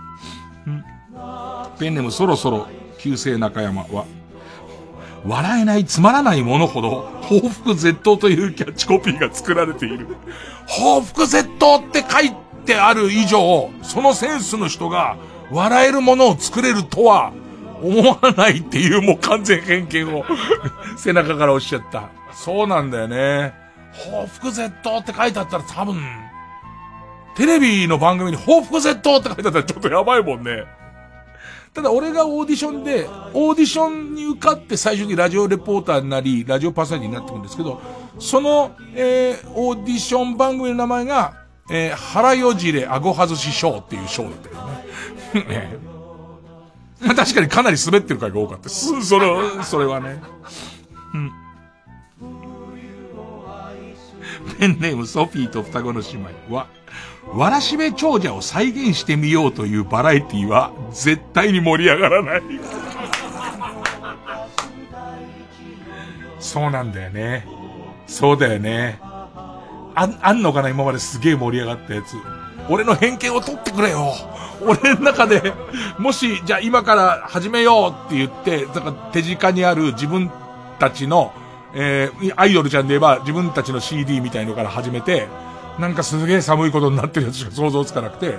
ペンネームそろそろ旧姓中山は、笑えないつまらないものほど報復絶倒というキャッチコピーが作られている。報復絶倒って書いてある以上、そのセンスの人が笑えるものを作れるとは思わないっていうもう完全偏見を背中からおっしゃった。そうなんだよね。報復絶倒って書いてあったら多分、テレビの番組に報復絶倒って書いてあったらちょっとやばいもんね。ただ俺がオーディションに受かって最終的にラジオレポーターになり、ラジオパーソナリティになってくるんですけど、その、オーディション番組の名前が、腹よじれ顎外しショーっていうショーだったよね。確かにかなり滑ってる回が多かったです。それはね。ペンネームソフィーと双子の姉妹は、わらしべ長者を再現してみようというバラエティは絶対に盛り上がらない。そうなんだよね。そうだよね。あんのかな今まですげえ盛り上がったやつ。俺の偏見を取ってくれよ。俺の中で、もし、じゃあ今から始めようって言って、だから手近にある自分たちの、アイドルちゃんで言えば自分たちの CD みたいのから始めて、なんかすげえ寒いことになってるやつしか想像つかなくて、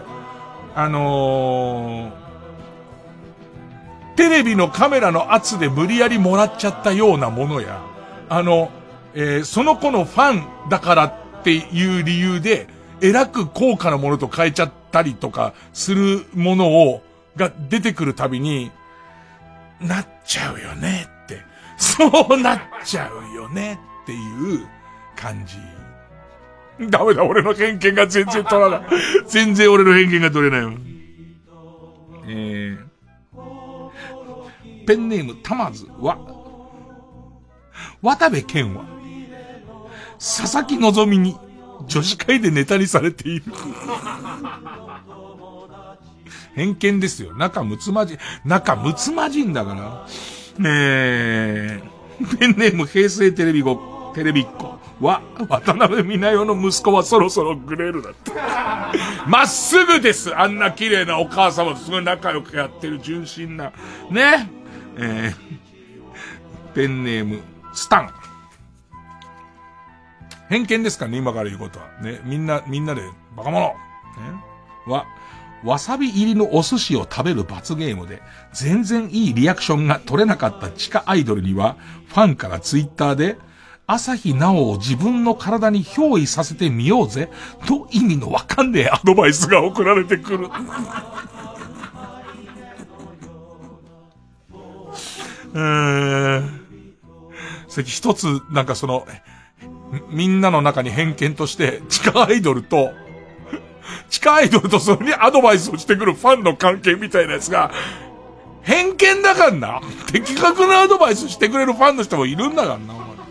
テレビのカメラの圧で無理やりもらっちゃったようなものや、その子のファンだからっていう理由で、えらく高価なものと変えちゃったりとかするものが出てくるたびに、なっちゃうよねって。そうなっちゃうよねっていう感じ。ダメだ、俺の偏見が全然取らない。全然俺の偏見が取れないわ。ペンネームたまずは、渡部健は、佐々木希に女子会でネタにされている。偏見ですよ。仲睦まじんだから。ペンネーム平成テレビっ子は、渡辺美奈代の息子はそろそろグレールだって。まっすぐです。あんな綺麗なお母様とすごい仲良くやってる純真な。ね。ペンネームスタン。偏見ですかね、今から言うことは。ね。みんなで、バカ者。ね。わさび入りのお寿司を食べる罰ゲームで、全然いいリアクションが取れなかった地下アイドルには、ファンからツイッターで、朝日奈央を自分の体に憑依させてみようぜ、と意味のわかんねえアドバイスが送られてくる。さっき一つ、なんかみんなの中に偏見として、地下アイドルとそれにアドバイスをしてくるファンの関係みたいなやつが、偏見だからな。的確なアドバイスしてくれるファンの人もいるんだからな、お前。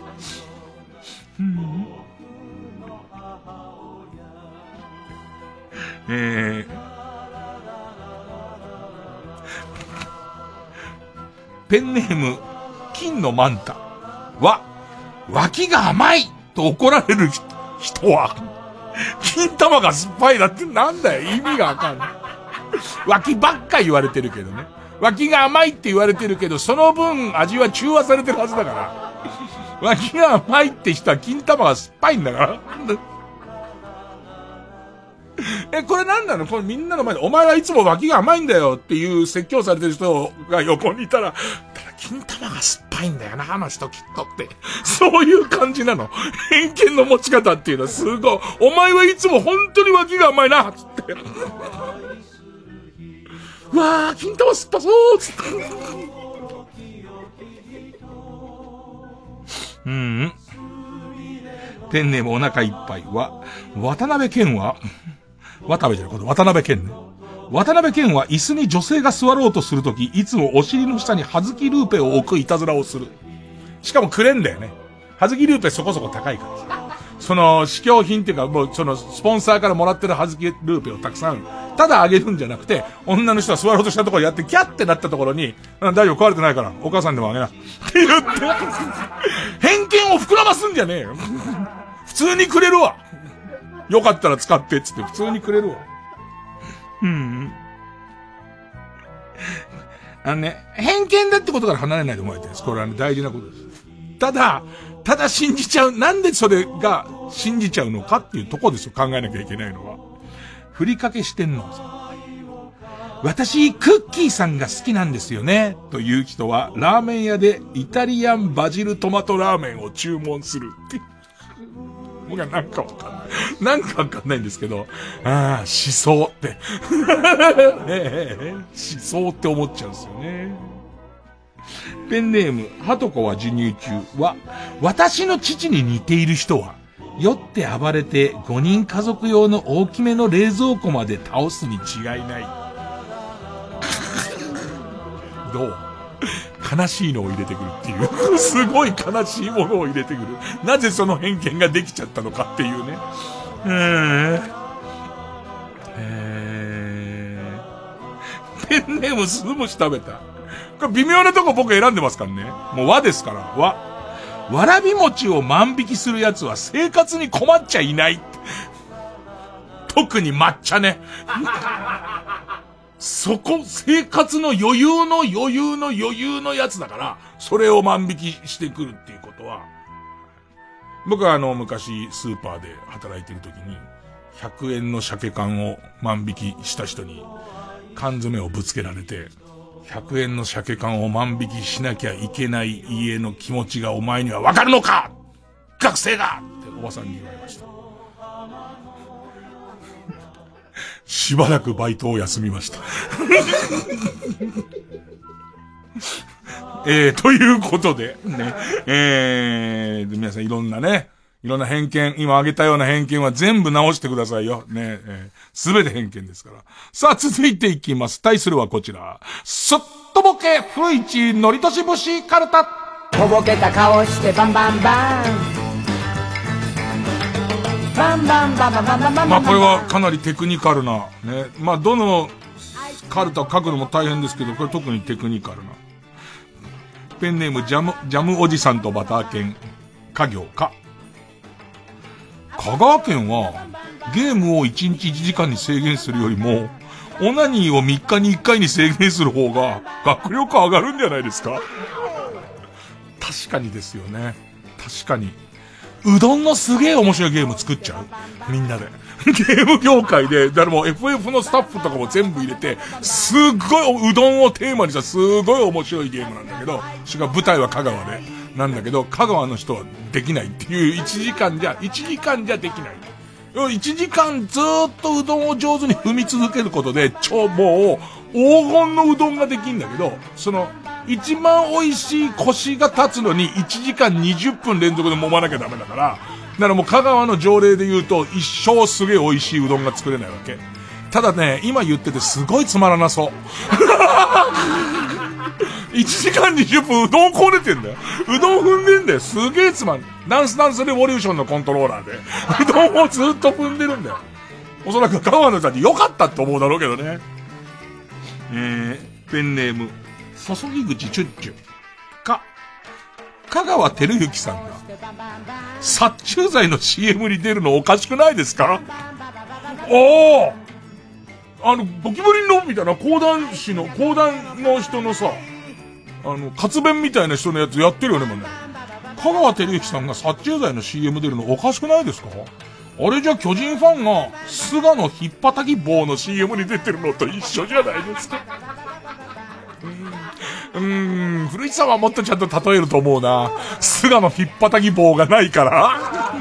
ペンネーム金のマンタは、脇が甘いと怒られる人は、金玉が酸っぱいだってなんだよ、意味がわかんない。脇ばっか言われてるけどね。脇が甘いって言われてるけど、その分味は中和されてるはずだから。脇が甘いって人は金玉が酸っぱいんだから。これなんなの？これみんなの前で、お前はいつも脇が甘いんだよっていう説教されてる人が横にいたら、金玉が酸っぱいんだよな、あの人きっとって。そういう感じなの。偏見の持ち方っていうのはすごい。お前はいつも本当に脇が甘いな、つって。うわー、金玉酸っぱそうつって。ペンネームお腹いっぱいは、渡辺健ね。 渡辺謙は椅子に女性が座ろうとするとき、いつもお尻の下に葉月ルーペを置くいたずらをする。しかもくれんだよね。葉月ルーペそこそこ高いからさ。その、試供品っていうか、もうその、スポンサーからもらってる葉月ルーペをたくさん、ただあげるんじゃなくて、女の人が座ろうとしたところやって、キャッてなったところに、大丈夫、壊れてないから、お母さんでもあげな。って言って、偏見を膨らますんじゃねえよ。普通にくれるわ。よかったら使って、つって普通にくれるわ。偏見だってことから離れないでもらいたいです。これはね、大事なことです。ただ信じちゃう。なんでそれが信じちゃうのかっていうところですよ。考えなきゃいけないのは。ふりかけ四天王さん。私、クッキーさんが好きなんですよね。という人は、ラーメン屋でイタリアンバジルトマトラーメンを注文するって。僕はなんかわかんない。なんかわかんないんですけど、思想って。思想って思っちゃうんですよね。ペンネーム、ハトコは授乳中は、私の父に似ている人は、酔って暴れて5人家族用の大きめの冷蔵庫まで倒すに違いない。どう？悲しいのを入れてくるっていう。すごい悲しいものを入れてくる。なぜその偏見ができちゃったのかっていうね。ペンネームスズムシ食べた。これ微妙なとこ僕選んでますからね。もう和ですから。わらび餅を万引きするやつは生活に困っちゃいない。特に抹茶ね。そこ、生活の余裕のやつだから、それを万引きしてくるっていうことは、僕は昔スーパーで働いてる時に、100円の鮭缶を万引きした人に、缶詰をぶつけられて、100円の鮭缶を万引きしなきゃいけない家の気持ちがお前にはわかるのか！学生が！っておばさんに言われました。しばらくバイトを休みました。ということで、ね。皆さんいろんな偏見、今挙げたような偏見は全部直してくださいよ。ね。すべて偏見ですから。さあ、続いていきます。対するはこちら。すっとぼけ、ふいち、のりとし節カルタ。 とぼけた顔してバンバンバン。バンバンバンバンバンバンバンバン。 これはかなりテクニカルな、ね。どのカルタを書くのも大変ですけど、これ特にテクニカルな。ペンネームジャムおじさんとバター犬、家業か。香川県は、ゲームを1日1時間に制限するよりも、オナニーを3日に1回に制限する方が、学力上がるんじゃないですか？確かにですよね。確かに。うどんのすげえ面白いゲーム作っちゃう。みんなで。ゲーム業界で、だからもう FF のスタッフとかも全部入れて、すっごい、うどんをテーマにしたすごい面白いゲームなんだけど、しかも舞台は香川で、なんだけど、香川の人はできないっていう1時間じゃできない。1時間ずーっとうどんを上手に踏み続けることで、もう、黄金のうどんができんだけど、その、一番美味しい腰が立つのに1時間20分連続で揉まなきゃダメだから、だからもう香川の条例で言うと一生すげえ美味しいうどんが作れないわけ。ただね、今言っててすごいつまらなそう。1時間20分うどんこねてんだよ。うどん踏んでんだよ。すげえつまん。ダンスレボリューションのコントローラーで。うどんをずっと踏んでるんだよ。おそらく香川の人は良かったと思うだろうけどね。ペンネーム。注ぎ口チュッチュか、香川照之さんが殺虫剤の CM に出るのおかしくないですか？ゴキブリのみたいな講談の人のさ、活弁みたいな人のやつやってるよね、もうね。香川照之さんが殺虫剤の CM 出るのおかしくないですか？あれじゃ巨人ファンが菅野ひっぱたき棒の CM に出てるのと一緒じゃないですか。古市さんはもっとちゃんと例えると思うな。菅野ひっぱたき棒がないから。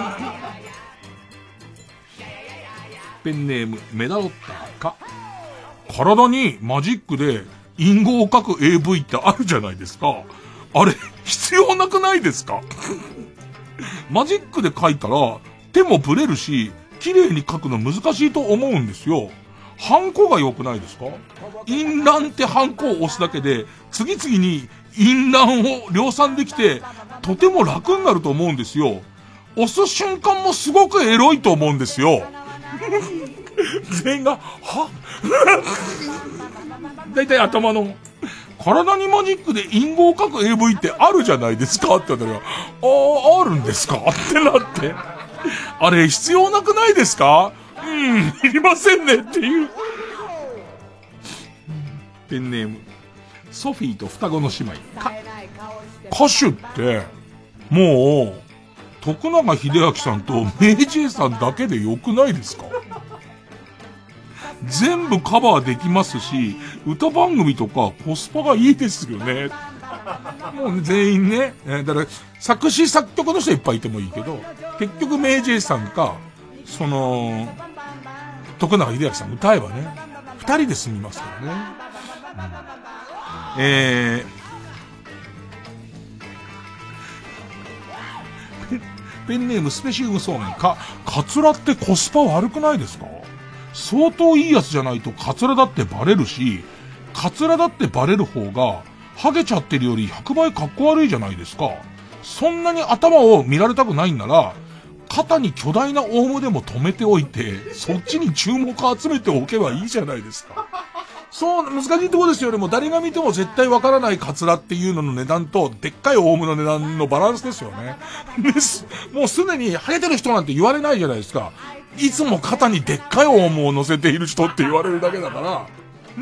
ペンネームメダロッタか。体にマジックで隠語を書く AV ってあるじゃないですか。あれ必要なくないですか？マジックで書いたら手もブレるし綺麗に書くの難しいと思うんですよ。 ハンコが良くないですか？印欄ってハンコを押すだけで、次々に印欄を量産できて、とても楽になると思うんですよ。押す瞬間もすごくエロいと思うんですよ。全員が、はだいたい頭の、体にマジックで隠語を書く AV ってあるじゃないですかって言ったら、あるんですかってなって。あれ必要なくないですか？いりませんねっていう。ペンネーム、ソフィーと双子の姉妹。歌手って、もう、徳永英明さんとメイジェイさんだけでよくないですか？全部カバーできますし、歌番組とかコスパがいいですよね。もう、ね、全員ね、だから作詞作曲の人いっぱいいてもいいけど、結局メイジェイさんか、徳永英明さん歌えばね、二人で済みますからね。ペンネームスペシウムそうめんか、カツラってコスパ悪くないですか？相当いいやつじゃないとカツラだってバレるし、カツラだってバレる方がハゲちゃってるより100倍かっこ悪いじゃないですか。そんなに頭を見られたくないんなら、肩に巨大なオウムでも止めておいて、そっちに注目を集めておけばいいじゃないですか。そう、難しいところですよね。もう誰が見ても絶対わからないカツラっていうのの値段と、でっかいオウムの値段のバランスですよね。もうすでにハゲてる人なんて言われないじゃないですか。いつも肩にでっかいオウムを乗せている人って言われるだけだから、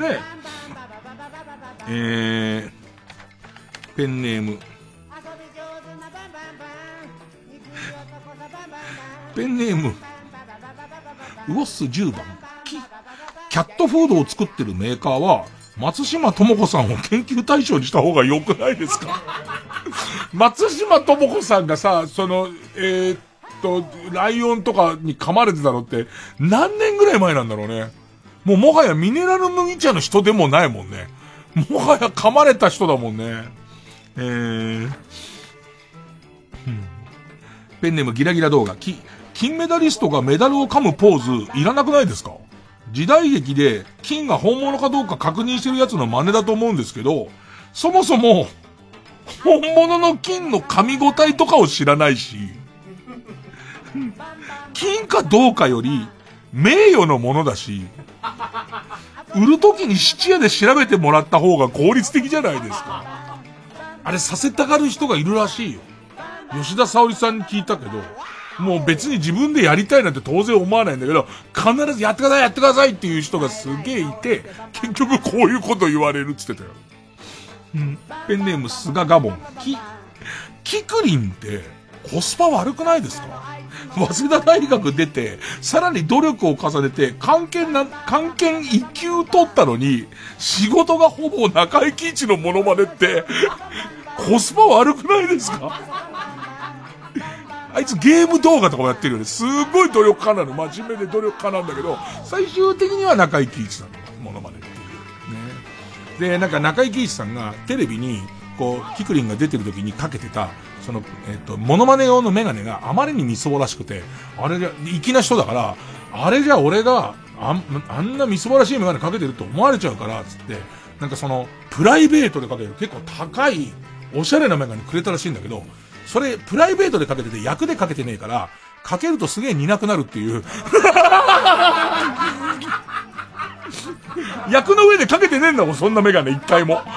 ね。ペンネーム。ペンネーム。ウォッス10番。キャットフードを作ってるメーカーは、松島智子さんを研究対象にした方が良くないですか？松島智子さんがさ、ライオンとかに噛まれてたのって何年ぐらい前なんだろうね。もはやミネラル麦茶の人でもないもんね。もはや噛まれた人だもんね。ペンネームギラギラ動画。金メダリストがメダルを噛むポーズいらなくないですか？時代劇で金が本物かどうか確認してるやつの真似だと思うんですけど、そもそも本物の金の噛み応えとかを知らないし、金かどうかより名誉のものだし、売るときに質屋で調べてもらった方が効率的じゃないですか。あれさせたがる人がいるらしいよ。吉田沙保里さんに聞いたけど、もう別に自分でやりたいなんて当然思わないんだけど、必ずやってくださいっていう人がすげえいて、結局こういうこと言われるって言ってたよ。ペンネーム菅ガボン。キクリンってコスパ悪くないですか？早稲田大学出て、さらに努力を重ねて、漢検1級取ったのに、仕事がほぼ中井貴一のモノマネって、コスパ悪くないですか？あいつゲーム動画とかもやってるよね。すごい努力家なの。真面目で努力家なんだけど、最終的には中井貴一さんのモノマネっていうね。で、なんか中井貴一さんがテレビに、キクリンが出てる時にかけてた、モノマネ用のメガネがあまりにみそぼらしくて、あれじゃ、粋な人だから、あれじゃ俺が、あんなみそぼらしいメガネかけてると思われちゃうから、つって、なんかプライベートでかける結構高い、おしゃれなメガネくれたらしいんだけど、それ、プライベートでかけてて、役でかけてねえから、かけるとすげえ似なくなるっていう。役の上でかけてねえんだもん、そんなメガネ一回も。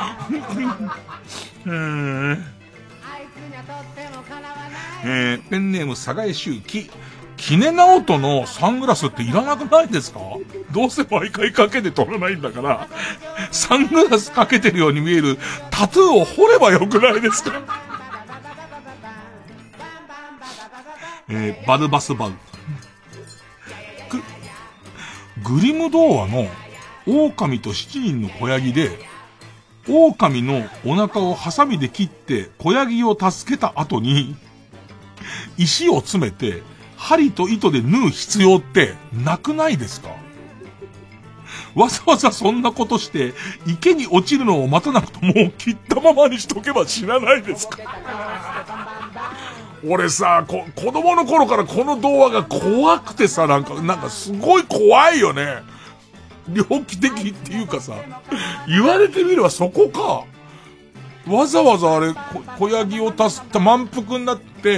ペンネーム佐賀江周記。キネナオトのサングラスっていらなくないですか？どうせ毎回かけて撮らないんだから、サングラスかけてるように見えるタトゥーを彫ればよくないですか？バルバスバウ。グリム童話の狼と7人の子ヤギで、狼のお腹をハサミで切って子ヤギを助けた後に、石を詰めて針と糸で縫う必要ってなくないですか？わざわざそんなことして池に落ちるのを待たなくとも切ったままにしとけば知らないですか？俺さ、子供の頃からこの童話が怖くてさ、なんかすごい怖いよね。 猟奇的っていうかさ、言われてみればそこか。わざわざあれ、小ヤギを足すった満腹になって、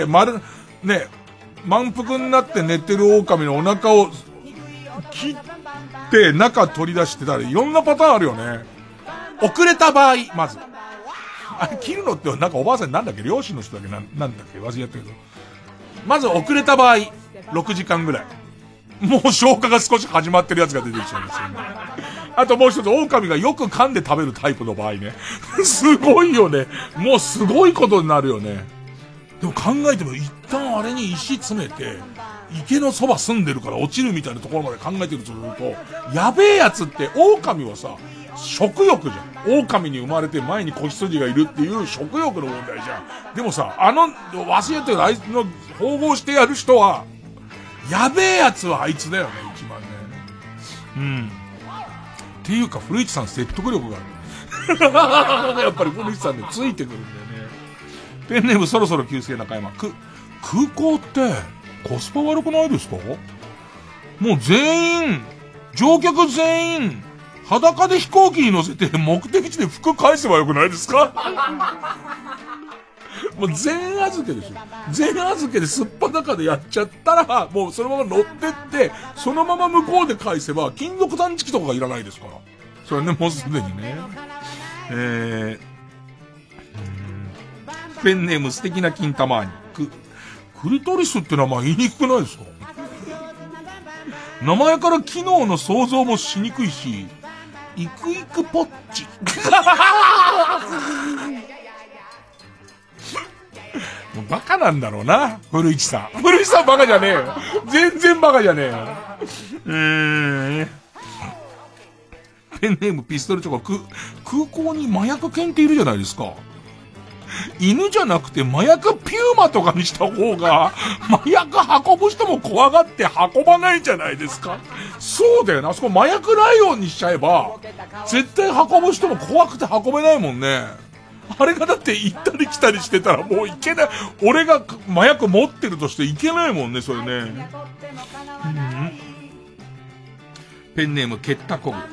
満腹になって寝てる狼のお腹を切って中取り出してたらいろんなパターンあるよね。遅れた場合、まず。あれ切るのってなんかおばあさんなんだっけ、両親の人だっけ、なんだっけ、忘れちゃったけど。まず遅れた場合、6時間ぐらい。もう消化が少し始まってるやつが出てきちゃうんですよね。あともう一つ、狼がよく噛んで食べるタイプの場合ね。すごいよね。もうすごいことになるよね。でも考えても一旦あれに石詰めて、池のそば住んでるから落ちるみたいなところまで考えてるとすると、やべえやつって狼はさ、食欲じゃん。狼に生まれて前に子羊がいるっていう食欲の問題じゃん。でもさ、忘れてるあいつの縫合してやる人は、やべえやつはあいつだよね、一番ね。うん。っていうか、古市さん説得力がある。やっぱり古市さんでついてくるんだよね。ペンネームそろそろ旧姓中山。空港ってコスパ悪くないですか？もう乗客全員、裸で飛行機に乗せて目的地で服返せばよくないですか？もう全預けですよ。全預けですっぱだかでやっちゃったら、もうそのまま乗ってって、そのまま向こうで返せば、金属探知機とかがいらないですから。それね、もうすでにね。ペンネーム素敵な金玉に。クリトリスって名前言いにくくないですか？名前から機能の想像もしにくいし、イクイクポッチ。もうバカなんだろうな、古市さん。古市さんバカじゃねえよ。全然バカじゃねえよ。ペンネームピストルチョコ。空港に麻薬犬っているじゃないですか。犬じゃなくて麻薬ピューマとかにした方が、麻薬運ぶ人も怖がって運ばないじゃないですか。そうだよな。あそこ麻薬ライオンにしちゃえば、絶対運ぶ人も怖くて運べないもんね。あれがだって行ったり来たりしてたらもういけない。俺が麻薬持ってるとしていけないもんね、それね。ペンネームケッタコグ。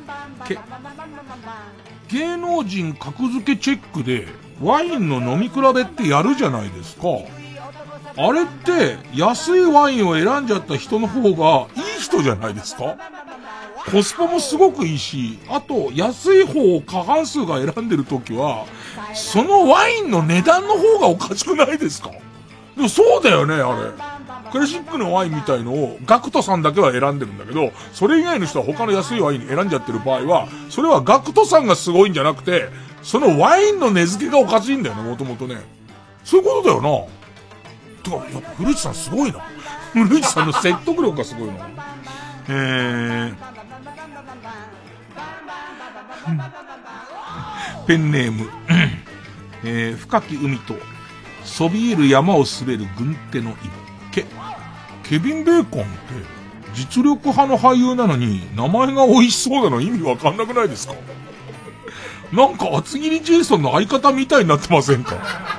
芸能人格付けチェックでワインの飲み比べってやるじゃないですか。あれって安いワインを選んじゃった人の方がいい人じゃないですか。コスパもすごくいいし、あと安い方を過半数が選んでるときはそのワインの値段の方がおかしくないですか。でもそうだよね、あれクラシックのワインみたいのをガクトさんだけは選んでるんだけど、それ以外の人は他の安いワイン選んじゃってる場合は、それはガクトさんがすごいんじゃなくて、そのワインの値付けがおかしいんだよね、もともとね。そういうことだよな。てか、やっぱ古市さんすごいな。古市さんの説得力がすごいな。ペンネーム、深き海とそびえる山を滑る軍手の一ケビン・ベーコンって実力派の俳優なのに名前が美味しそうなの意味わかんなくないですか？なんか厚切りジェイソンの相方みたいになってませんか？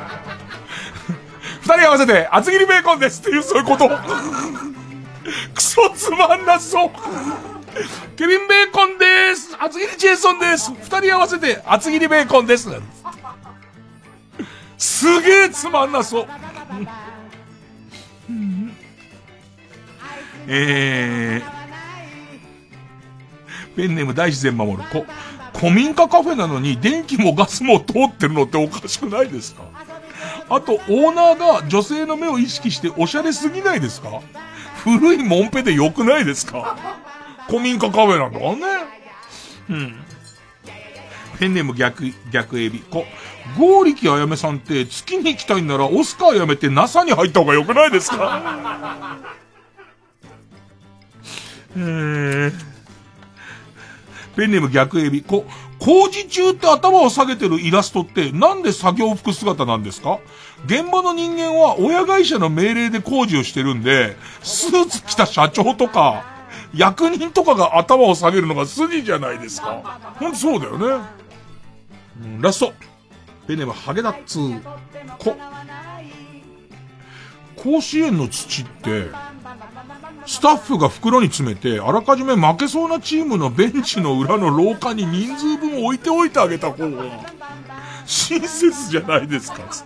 二人合わせて厚切りベーコンですっていう、そういうことクソつまんなそう。ケビン・ベーコンです、厚切りジェイソンです、二人合わせて厚切りベーコンです。すげえつまんなそう。ペンネーム大自然守る子。古民家カフェなのに電気もガスも通ってるのっておかしくないですか？あとオーナーが女性の目を意識しておしゃれすぎないですか？古いモンペで良くないですか？古民家カフェなんだからね。ペンネーム逆エビ子。剛力あやめさんって月に行きたいんならオスカーやめて NASA に入った方が良くないですか？ペンネーム逆エビ子。工事中って頭を下げてるイラストってなんで作業服姿なんですか？現場の人間は親会社の命令で工事をしてるんで、スーツ着た社長とか役人とかが頭を下げるのが筋じゃないですか。ほんとそうだよね。ラスト。ペンネームハゲダッツ子。甲子園の土ってスタッフが袋に詰めて、あらかじめ負けそうなチームのベンチの裏の廊下に人数分置いておいてあげた方が、親切じゃないですか、つって。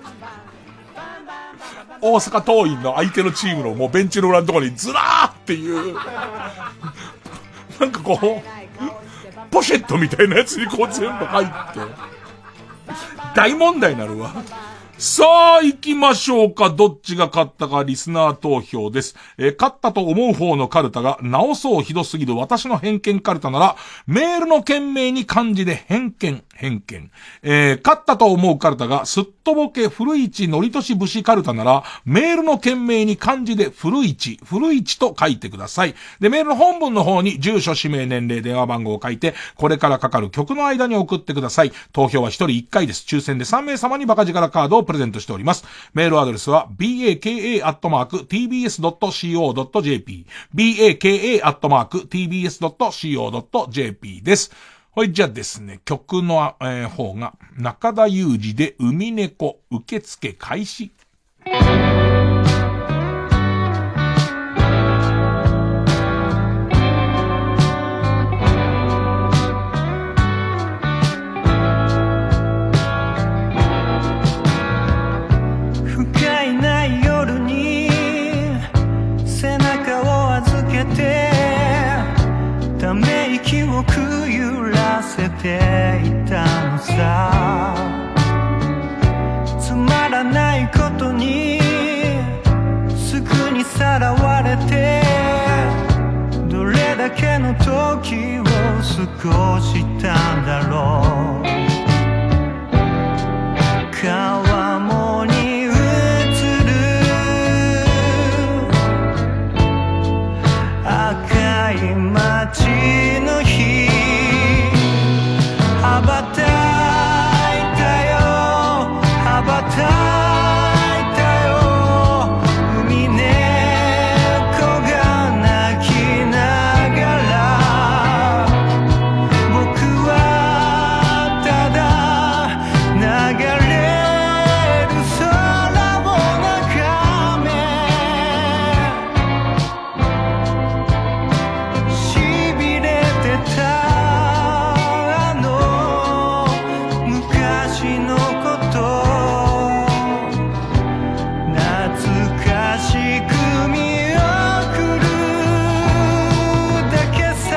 大阪桐蔭の相手のチームのもうベンチの裏のところにずらーっていう、なんかこう、ポシェットみたいなやつにこう全部入って、大問題になるわ。さあ、行きましょうか。どっちが勝ったかリスナー投票です。勝ったと思う方のカルタが、直そうひどすぎる私の偏見カルタなら、メールの件名に漢字で偏見。勝ったと思うカルタが、すっとぼけ古市のりとし節カルタなら、メールの件名に漢字で古市と書いてください。で、メールの本文の方に住所、氏名、年齢、電話番号を書いて、これからかかる曲の間に送ってください。投票は1人1回です。抽選で3名様にバカ力カードをプレゼントしております。メールアドレスは baka@tbs.co.jp baka@tbs.co.jp です。はい、じゃあですね、曲の、方が中田裕二で海猫受付開始。 ため息をくゆらせていたのさ、つまらないことにすぐにさらわれて、どれだけの時を過ごしたんだろう。川面に映る赤い街の日、羽ばたいたよ、羽ばたいたよ、海猫が鳴きながら、僕はただ流れる空を眺め、しびれてたあの昔のこと、懐かしく見送るだけさ。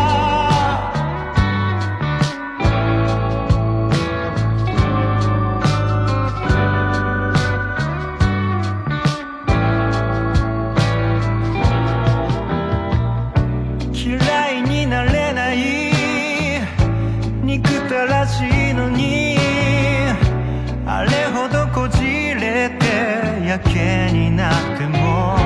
嫌いになれない憎たらしいのに、あれほどこじれてやけになっても、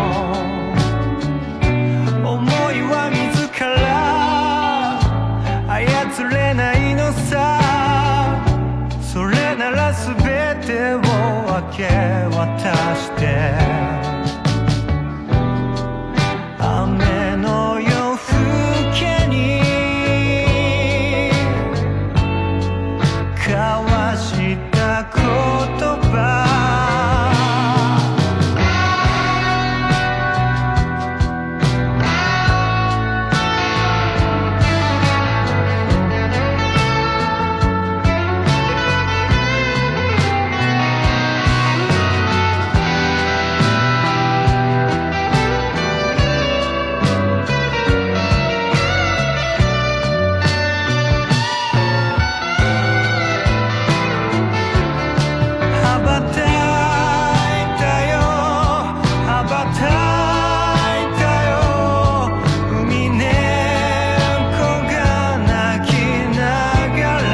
思いは自ら操れないのさ。それなら全てを明け渡して、雨の夜更けに交わした言葉、羽ばたいたよ、羽ばたいたよ、海猫が鳴きながら、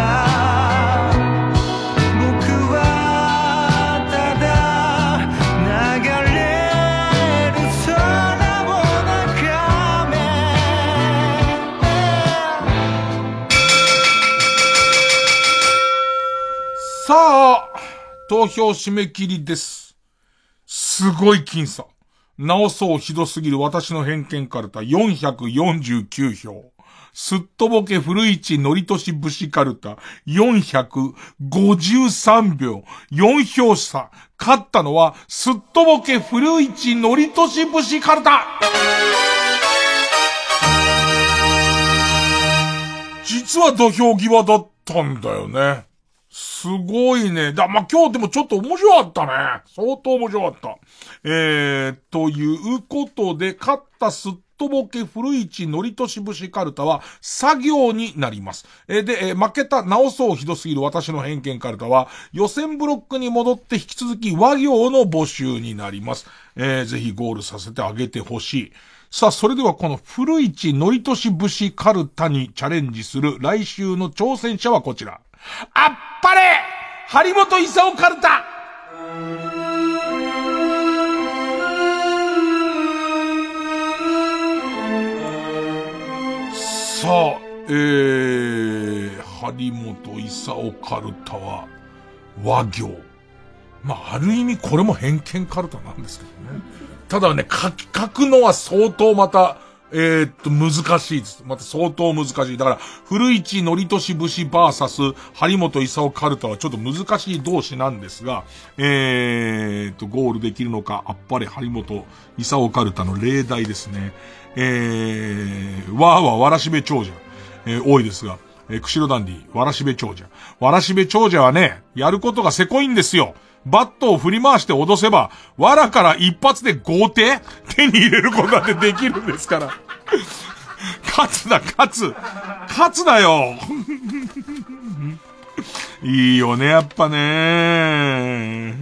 僕はただ流れる空を眺め、 さあ、投票締め切りです。すごい僅差。直そうひどすぎる私の偏見カルタ449票。すっとぼけ古市のりとし節カルタ453票。4票差。勝ったのはすっとぼけ古市のりとし節カルタ。 実は土俵際だったんだよね。すごいね。まあ、今日でもちょっと面白かったね。相当面白かった。ということで、勝ったすっとぼけ古市のりとし節カルタは作業になります。で、負けた直そうひどすぎる私の偏見カルタは予選ブロックに戻って引き続き和行の募集になります。ぜひゴールさせてあげてほしい。さあ、それではこの古市のりとし節カルタにチャレンジする来週の挑戦者はこちら。あっぱれ張本勲カルタ。さあ、張本勲カルタは和行。まあ、ある意味これも偏見カルタなんですけどね。ただね、書くのは相当また、難しいです。また相当難しい。だから、古市のりとし節バーサス、張本勲カルタはちょっと難しい同士なんですが、ゴールできるのか、あっぱれ張本勲カルタの例題ですね。わらしべ長者、多いですが、釧路ダンディ、わらしべ長者。わらしべ長者はね、やることがせこいんですよ。バットを振り回して脅せば、藁から一発で豪邸手に入れることだってできるんですから。勝つだよ。いいよね、やっぱね。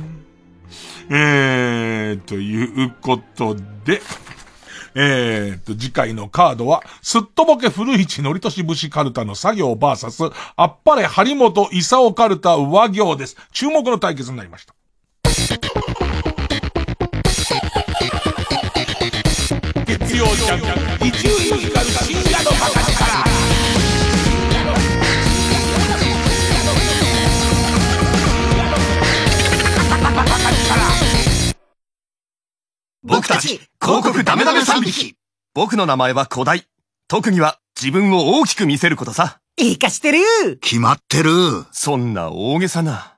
ということで、次回のカードは、すっとぼけ古市のりとし節カルタの作業バーサス、あっぱれ張本勲カルタ和行です。注目の対決になりました。月曜ジャンク、伊集院光る深夜のバカ力。 僕たち広告ダメダメ3匹。僕の名前は古代。特技は自分を大きく見せることさ。 いいかしてる。 決まってる。そんな大げさな。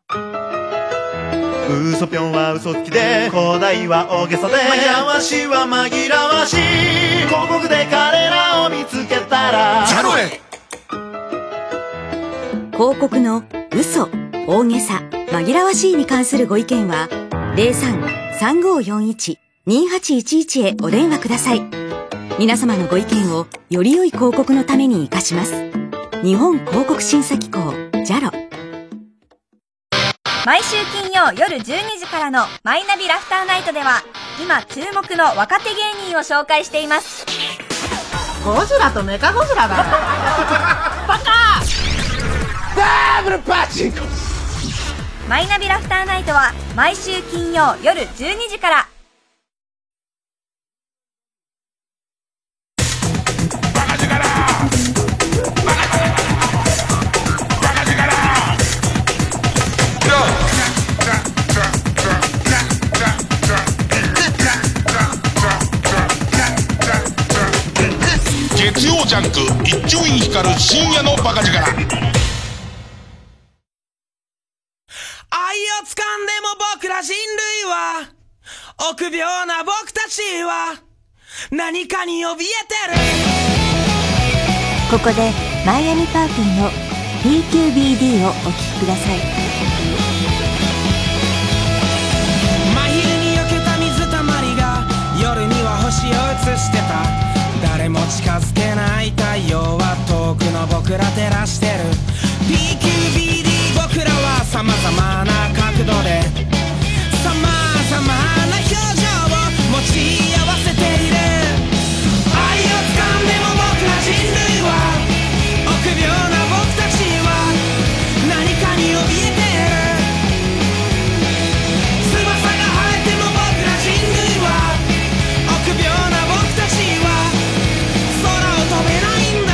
嘘ぴょんは嘘つきで、古代は大げさで、紛らわしは紛らわしい。広告で彼らを見つけたらジャロへ。 広告の嘘、大げさ、紛らわしいに関するご意見は 03-3541-2811 へお電話ください。皆様のご意見をより良い広告のために生かします。日本広告審査機構 JALO。 毎週金曜夜12時からのマイナビラフターナイトでは、今注目の若手芸人を紹介しています。 ゴジラとメカゴジラだ。バカダブルパチンコ。マイナビラフターナイトは毎週金曜夜12時から。 月曜ジャンク一丁院光る深夜のバカ力。愛を掴んでも僕ら人類は、臆病な僕たちは何かに怯えてる。 ここでマイアミパーティーの PQBD をお聴きください。 真昼に避けた水たまりが夜には星を映してた。誰も近づけない太陽は遠くの僕ら照らしてる。 PQBD 僕らは様々な角度で様々な表情を持ち合わせている。愛を掴んでも僕ら人類は、臆病な僕たちは何かに怯えてる。翼が生えても僕ら人類は、臆病な僕たちは空を飛べないん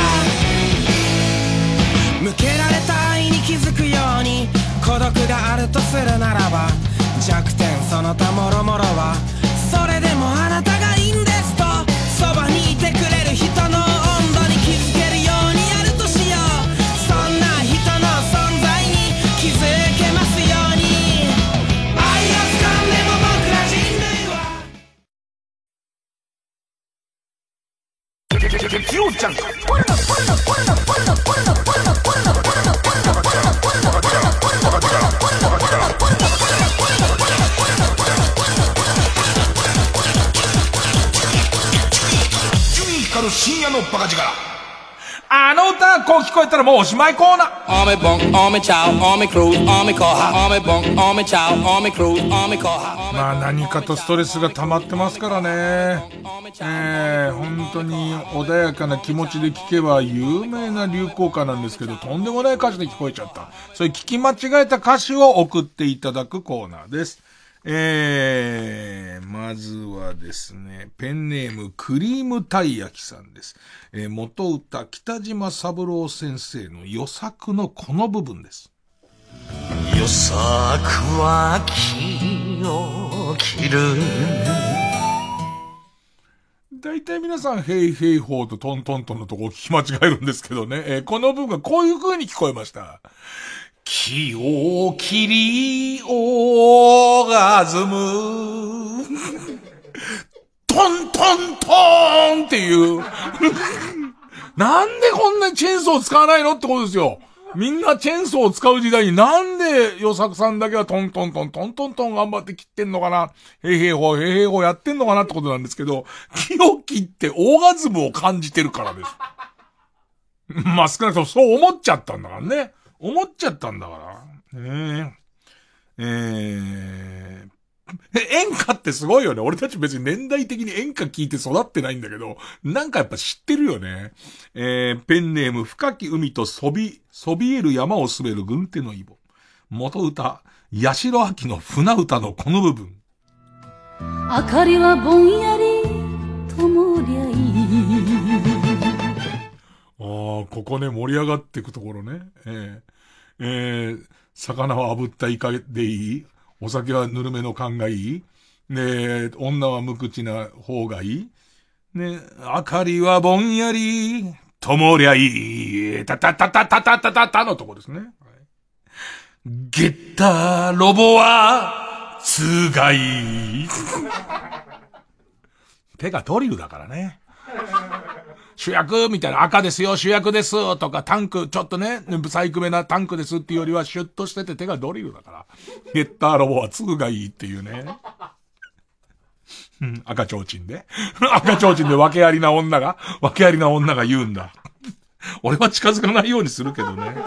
だ。向けられた愛に気づくように、孤独があるとするならば、弱点その他もろもろはそれでもあなたがいいんですと、そばにいてくれる人の温度に気づけるようにやるとしよう。そんな人の存在に気づけますように。愛を掴んでも僕ら人類は。 月曜ジャンク。 光る深夜のバカ力。あの歌がこう聞こえたらもうおしまいコーナー。 Ome bong, ome chow, ome cruise, ome koha. Ome bong, ome chow, ome cruise, ome koha. まあ何かとストレスが溜まってますからね。本当に穏やかな気持ちで聴けば有名な流行歌なんですけど、とんでもない歌詞で聞こえちゃった。そういう聞き間違えた歌詞を送っていただくコーナーです。まずはですね、ペンネームクリームたい焼きさんです。元歌北島三郎先生の予作のこの部分です。 予作は気を切る。 大体皆さんヘイヘイホーとトントントンのとこを聞き間違えるんですけどね、この部分がこういう風に聞こえました。気を切りオーガズムトントントーンっていうなんでこんなにチェーンソー使わないのってことですよ。みんなチェーンソーを使う時代になんでヨサクさんだけはトントントントントントン頑張って切ってんのかな、ヘイヘイホーヘイヘイホーやってんのかなってことなんですけど、気を切ってオーガズムを感じてるからです。まあ少なくともそう思っちゃったんだからね。思っちゃったんだから。演歌ってすごいよね。俺たち別に年代的に演歌聞いて育ってないんだけど、なんかやっぱ知ってるよね。ペンネーム深き海とそびえる山を滑る軍手のイボ。元歌、八代亜紀の船歌のこの部分。 明かりはぼんやり灯りゃいい。 ここね、盛り上がっていくところね。魚は炙ったイカでいい？お酒はぬるめの缶がいい？ね、女は無口な方がいい？ね、明かりはぼんやり、灯りゃいい。たたたたたたたたたのとこですね。ゲッターロボは、つがいい。手がドリルだからね。主役みたいな、赤ですよ、主役ですとか、タンク、ちょっとね、ブサイクめなタンクですっていうよりはシュッとしてて手がドリルだから。ゲッターロボは継ぐがいいっていうね。赤ちょうちんで。赤ちょうちんで訳ありな女が言うんだ。俺は近づかないようにするけどね。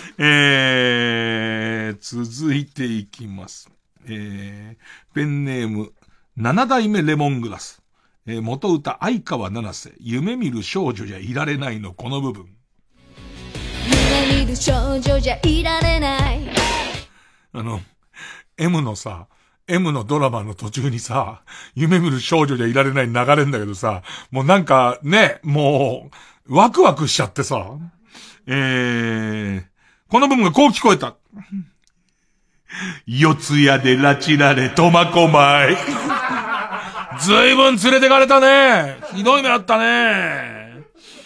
続いていきます。ペンネーム、七代目レモングラス。元歌相川七瀬、夢見る少女じゃいられないのこの部分。 夢見る少女じゃいられない。 M のドラマの途中にさ、夢見る少女じゃいられない流れんだけどさ、もうなんかね、もう、ワクワクしちゃってさ、この部分がこう聞こえた。四谷で拉致られ苫小牧。ずいぶん連れてかれたね。ひどい目あったね。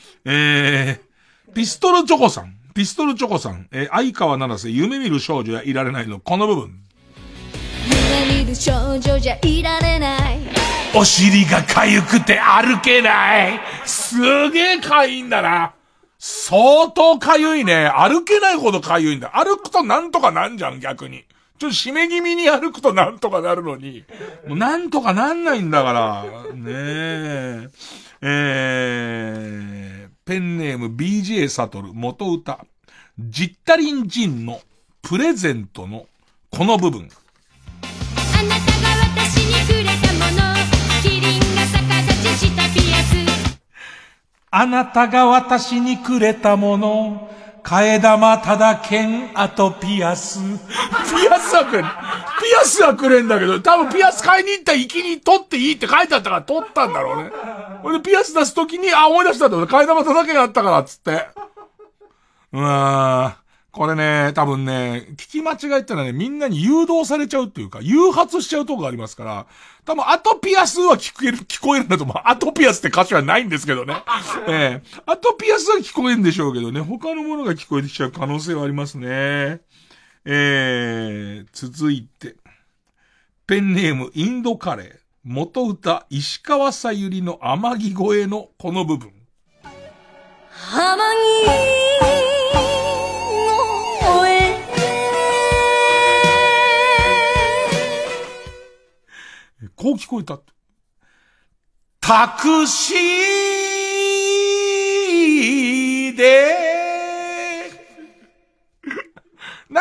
ピストルチョコさん。相川七瀬、夢見る少女じゃいられないのこの部分。 夢見る少女じゃいられない。 お尻が痒くて歩けない。すげえ痒いんだな。相当痒いね。歩けないほど痒いんだ。歩くとなんとかなんじゃん、逆に。ちょっと締め気味に歩くとなんとかなるのに、もうなんとかなんないんだから。ねえ。ペンネーム BJ サトル、元歌。ジッタリンジンのプレゼントのこの部分。 あなたが私にくれたもの、キリンが逆立ちしたピアス。 あなたが私にくれたもの、替え玉ただ剣、あとピアス。ピアスはくれんだけど、多分ピアス買いに行ったら行きに取っていいって書いてあったから取ったんだろうね。俺でピアス出すときに、思い出したんだよ。替え玉ただ剣あったから、つって。これね、多分ね、聞き間違いってのはね、みんなに誘導されちゃうっていうか、誘発しちゃうとこがありますから、多分アトピアスは聞こえるんだと思う。アトピアスって歌詞はないんですけどね。アトピアスは聞こえるんでしょうけどね、他のものが聞こえてきちゃう可能性はありますね。続いて、ペンネームインドカレー、元歌石川さゆりの天城越えのこの部分。 天城こう聞こえた。タクシー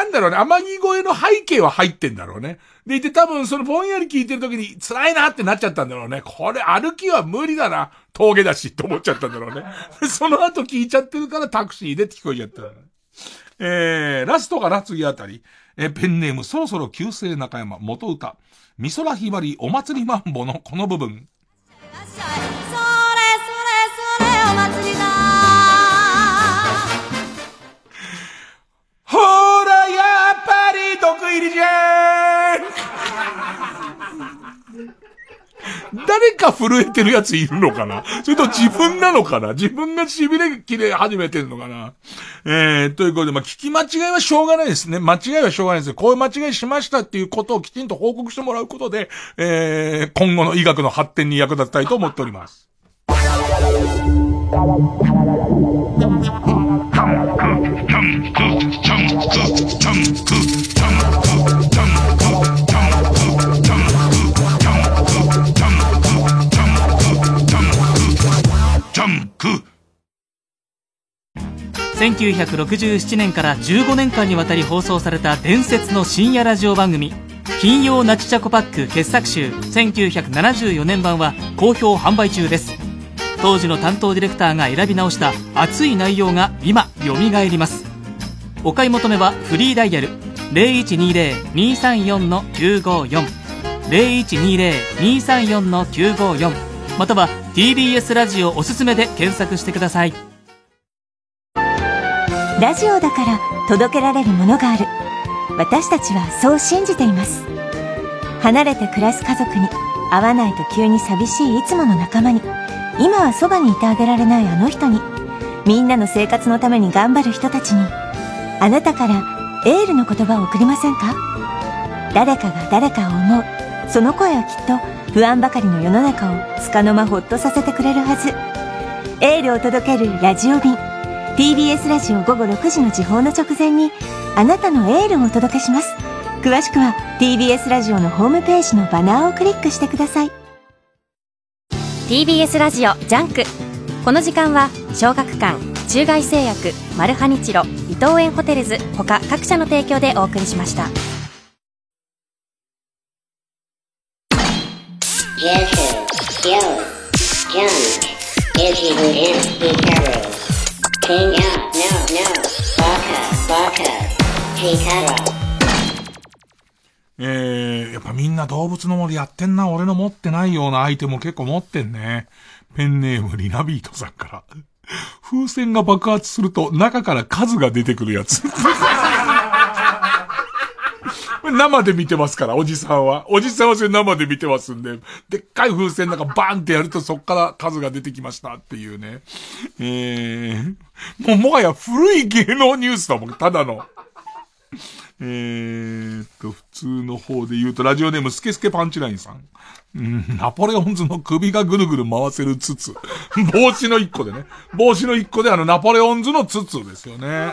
なんだろうね、天城越えの背景は入ってんだろうね。でいて多分そのぼんやり聞いてる時に辛いなってなっちゃったんだろうね。これ歩きは無理だな。峠だしって思っちゃったんだろうね。その後聞いちゃってるからタクシーでって聞こえちゃった。ラストかな、次あたり。ペンネームそろそろ旧姓中山元歌。美空ひばりお祭りマンボのこの部分。 それお祭りだ。 ほらやっぱり毒入りじゃん。誰か震えてるやついるのかな、それと自分なのかな、自分が痺れ切れ始めてるのかな。ということで、聞き間違いはしょうがないですね。間違いはしょうがないです。こういう間違いしましたっていうことをきちんと報告してもらうことで、今後の医学の発展に役立てたいと思っております。 1967年から15年間にわたり放送された伝説の深夜ラジオ番組金曜ナチチャコパック傑作集1974年版は好評販売中です。当時の担当ディレクターが選び直した熱い内容が今蘇ります。お買い求めはフリーダイヤル 0120-234-954 0120-234-954 または TBS ラジオおすすめで検索してください。 ラジオだから届けられるものがある。私たちはそう信じています。離れて暮らす家族に、会わないと急に寂しいいつもの仲間に、今はそばにいてあげられないあの人に、みんなの生活のために頑張る人たちに、あなたからエールの言葉を送りませんか？誰かが誰かを思う、その声はきっと不安ばかりの世の中を束の間ほっとさせてくれるはず。エールを届けるラジオ便、TBS ラジオ午後6時の時報の直前にあなたのエールをお届けします。詳しくは TBS ラジオのホームページのバナーをクリックしてください。 TBS ラジオジャンク。この時間は小学館、中外製薬、マルハニチロ、伊藤園ホテルズ他各社の提供でお送りしました。 やっぱみんな動物の森やってんな。俺の持ってないようなアイテム結構持ってんね。ペンネームリナビートさんから。風船が爆発すると中から数が出てくるやつ。生で見てますから、おじさんはそれ生で見てますんで、でっかい風船なんかバーンってやるとそっから数が出てきましたっていうね。もはや古い芸能ニュースだもん、ただの。普通の方で言うと、ラジオネームスケスケパンチラインさん。ナポレオンズの首がぐるぐる回せる筒。帽子の一個でね。帽子の一個でナポレオンズの筒ですよね。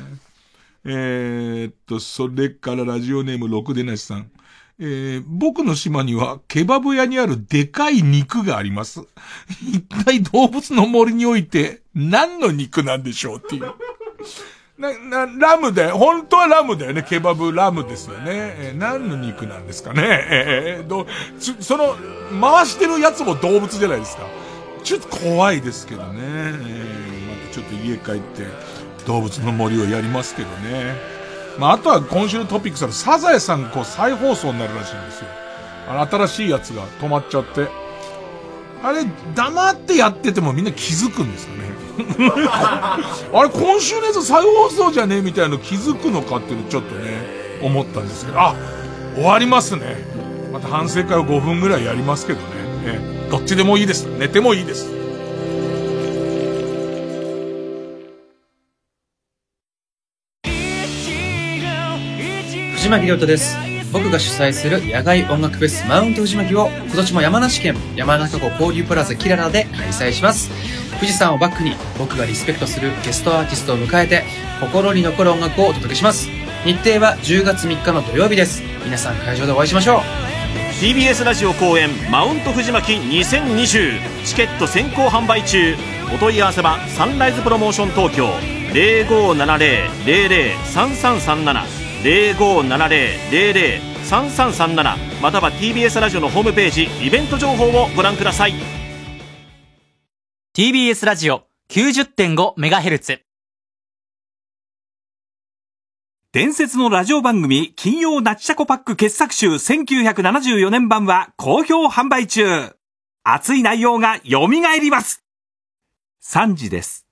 それからラジオネームろくでなしさん。僕の島にはケバブ屋にあるでかい肉があります。一体動物の森において何の肉なんでしょうっていう。ラムで、本当はラムだよね。ケバブラムですよね。何の肉なんですかね。その、回してるやつも動物じゃないですか。ちょっと怖いですけどね。またちょっと家帰って動物の森をやりますけどね。あとは今週のトピックスはサザエさん再放送になるらしいんですよ。新しいやつが止まっちゃって。あれ、黙ってやっててもみんな気づくんですよね。あれ、今週のやつ再放送じゃねえみたいなの気づくのかっていうのちょっとね、思ったんですけど、終わりますね。また反省会を5分ぐらいやりますけどね。どっちでもいいです。寝てもいいです。 藤巻亮太です。僕が主催する野外音楽フェスマウント藤巻を今年も山梨県山中湖交流プラザキララで開催します。富士山をバックに僕がリスペクトするゲストアーティストを迎えて心に残る音楽をお届けします。日程は10月3日の土曜日です。皆さん会場でお会いしましょう。 TBS ラジオ公演マウント藤巻2020チケット先行販売中。お問い合わせはサンライズプロモーション東京 0570-003337 0570-00-3337 または TBS ラジオのホームページイベント情報をご覧ください。 TBS ラジオ 90.5MHz。 伝説のラジオ番組金曜ナチチャコパック傑作集1974年版は好評販売中。熱い内容が蘇ります。3時です。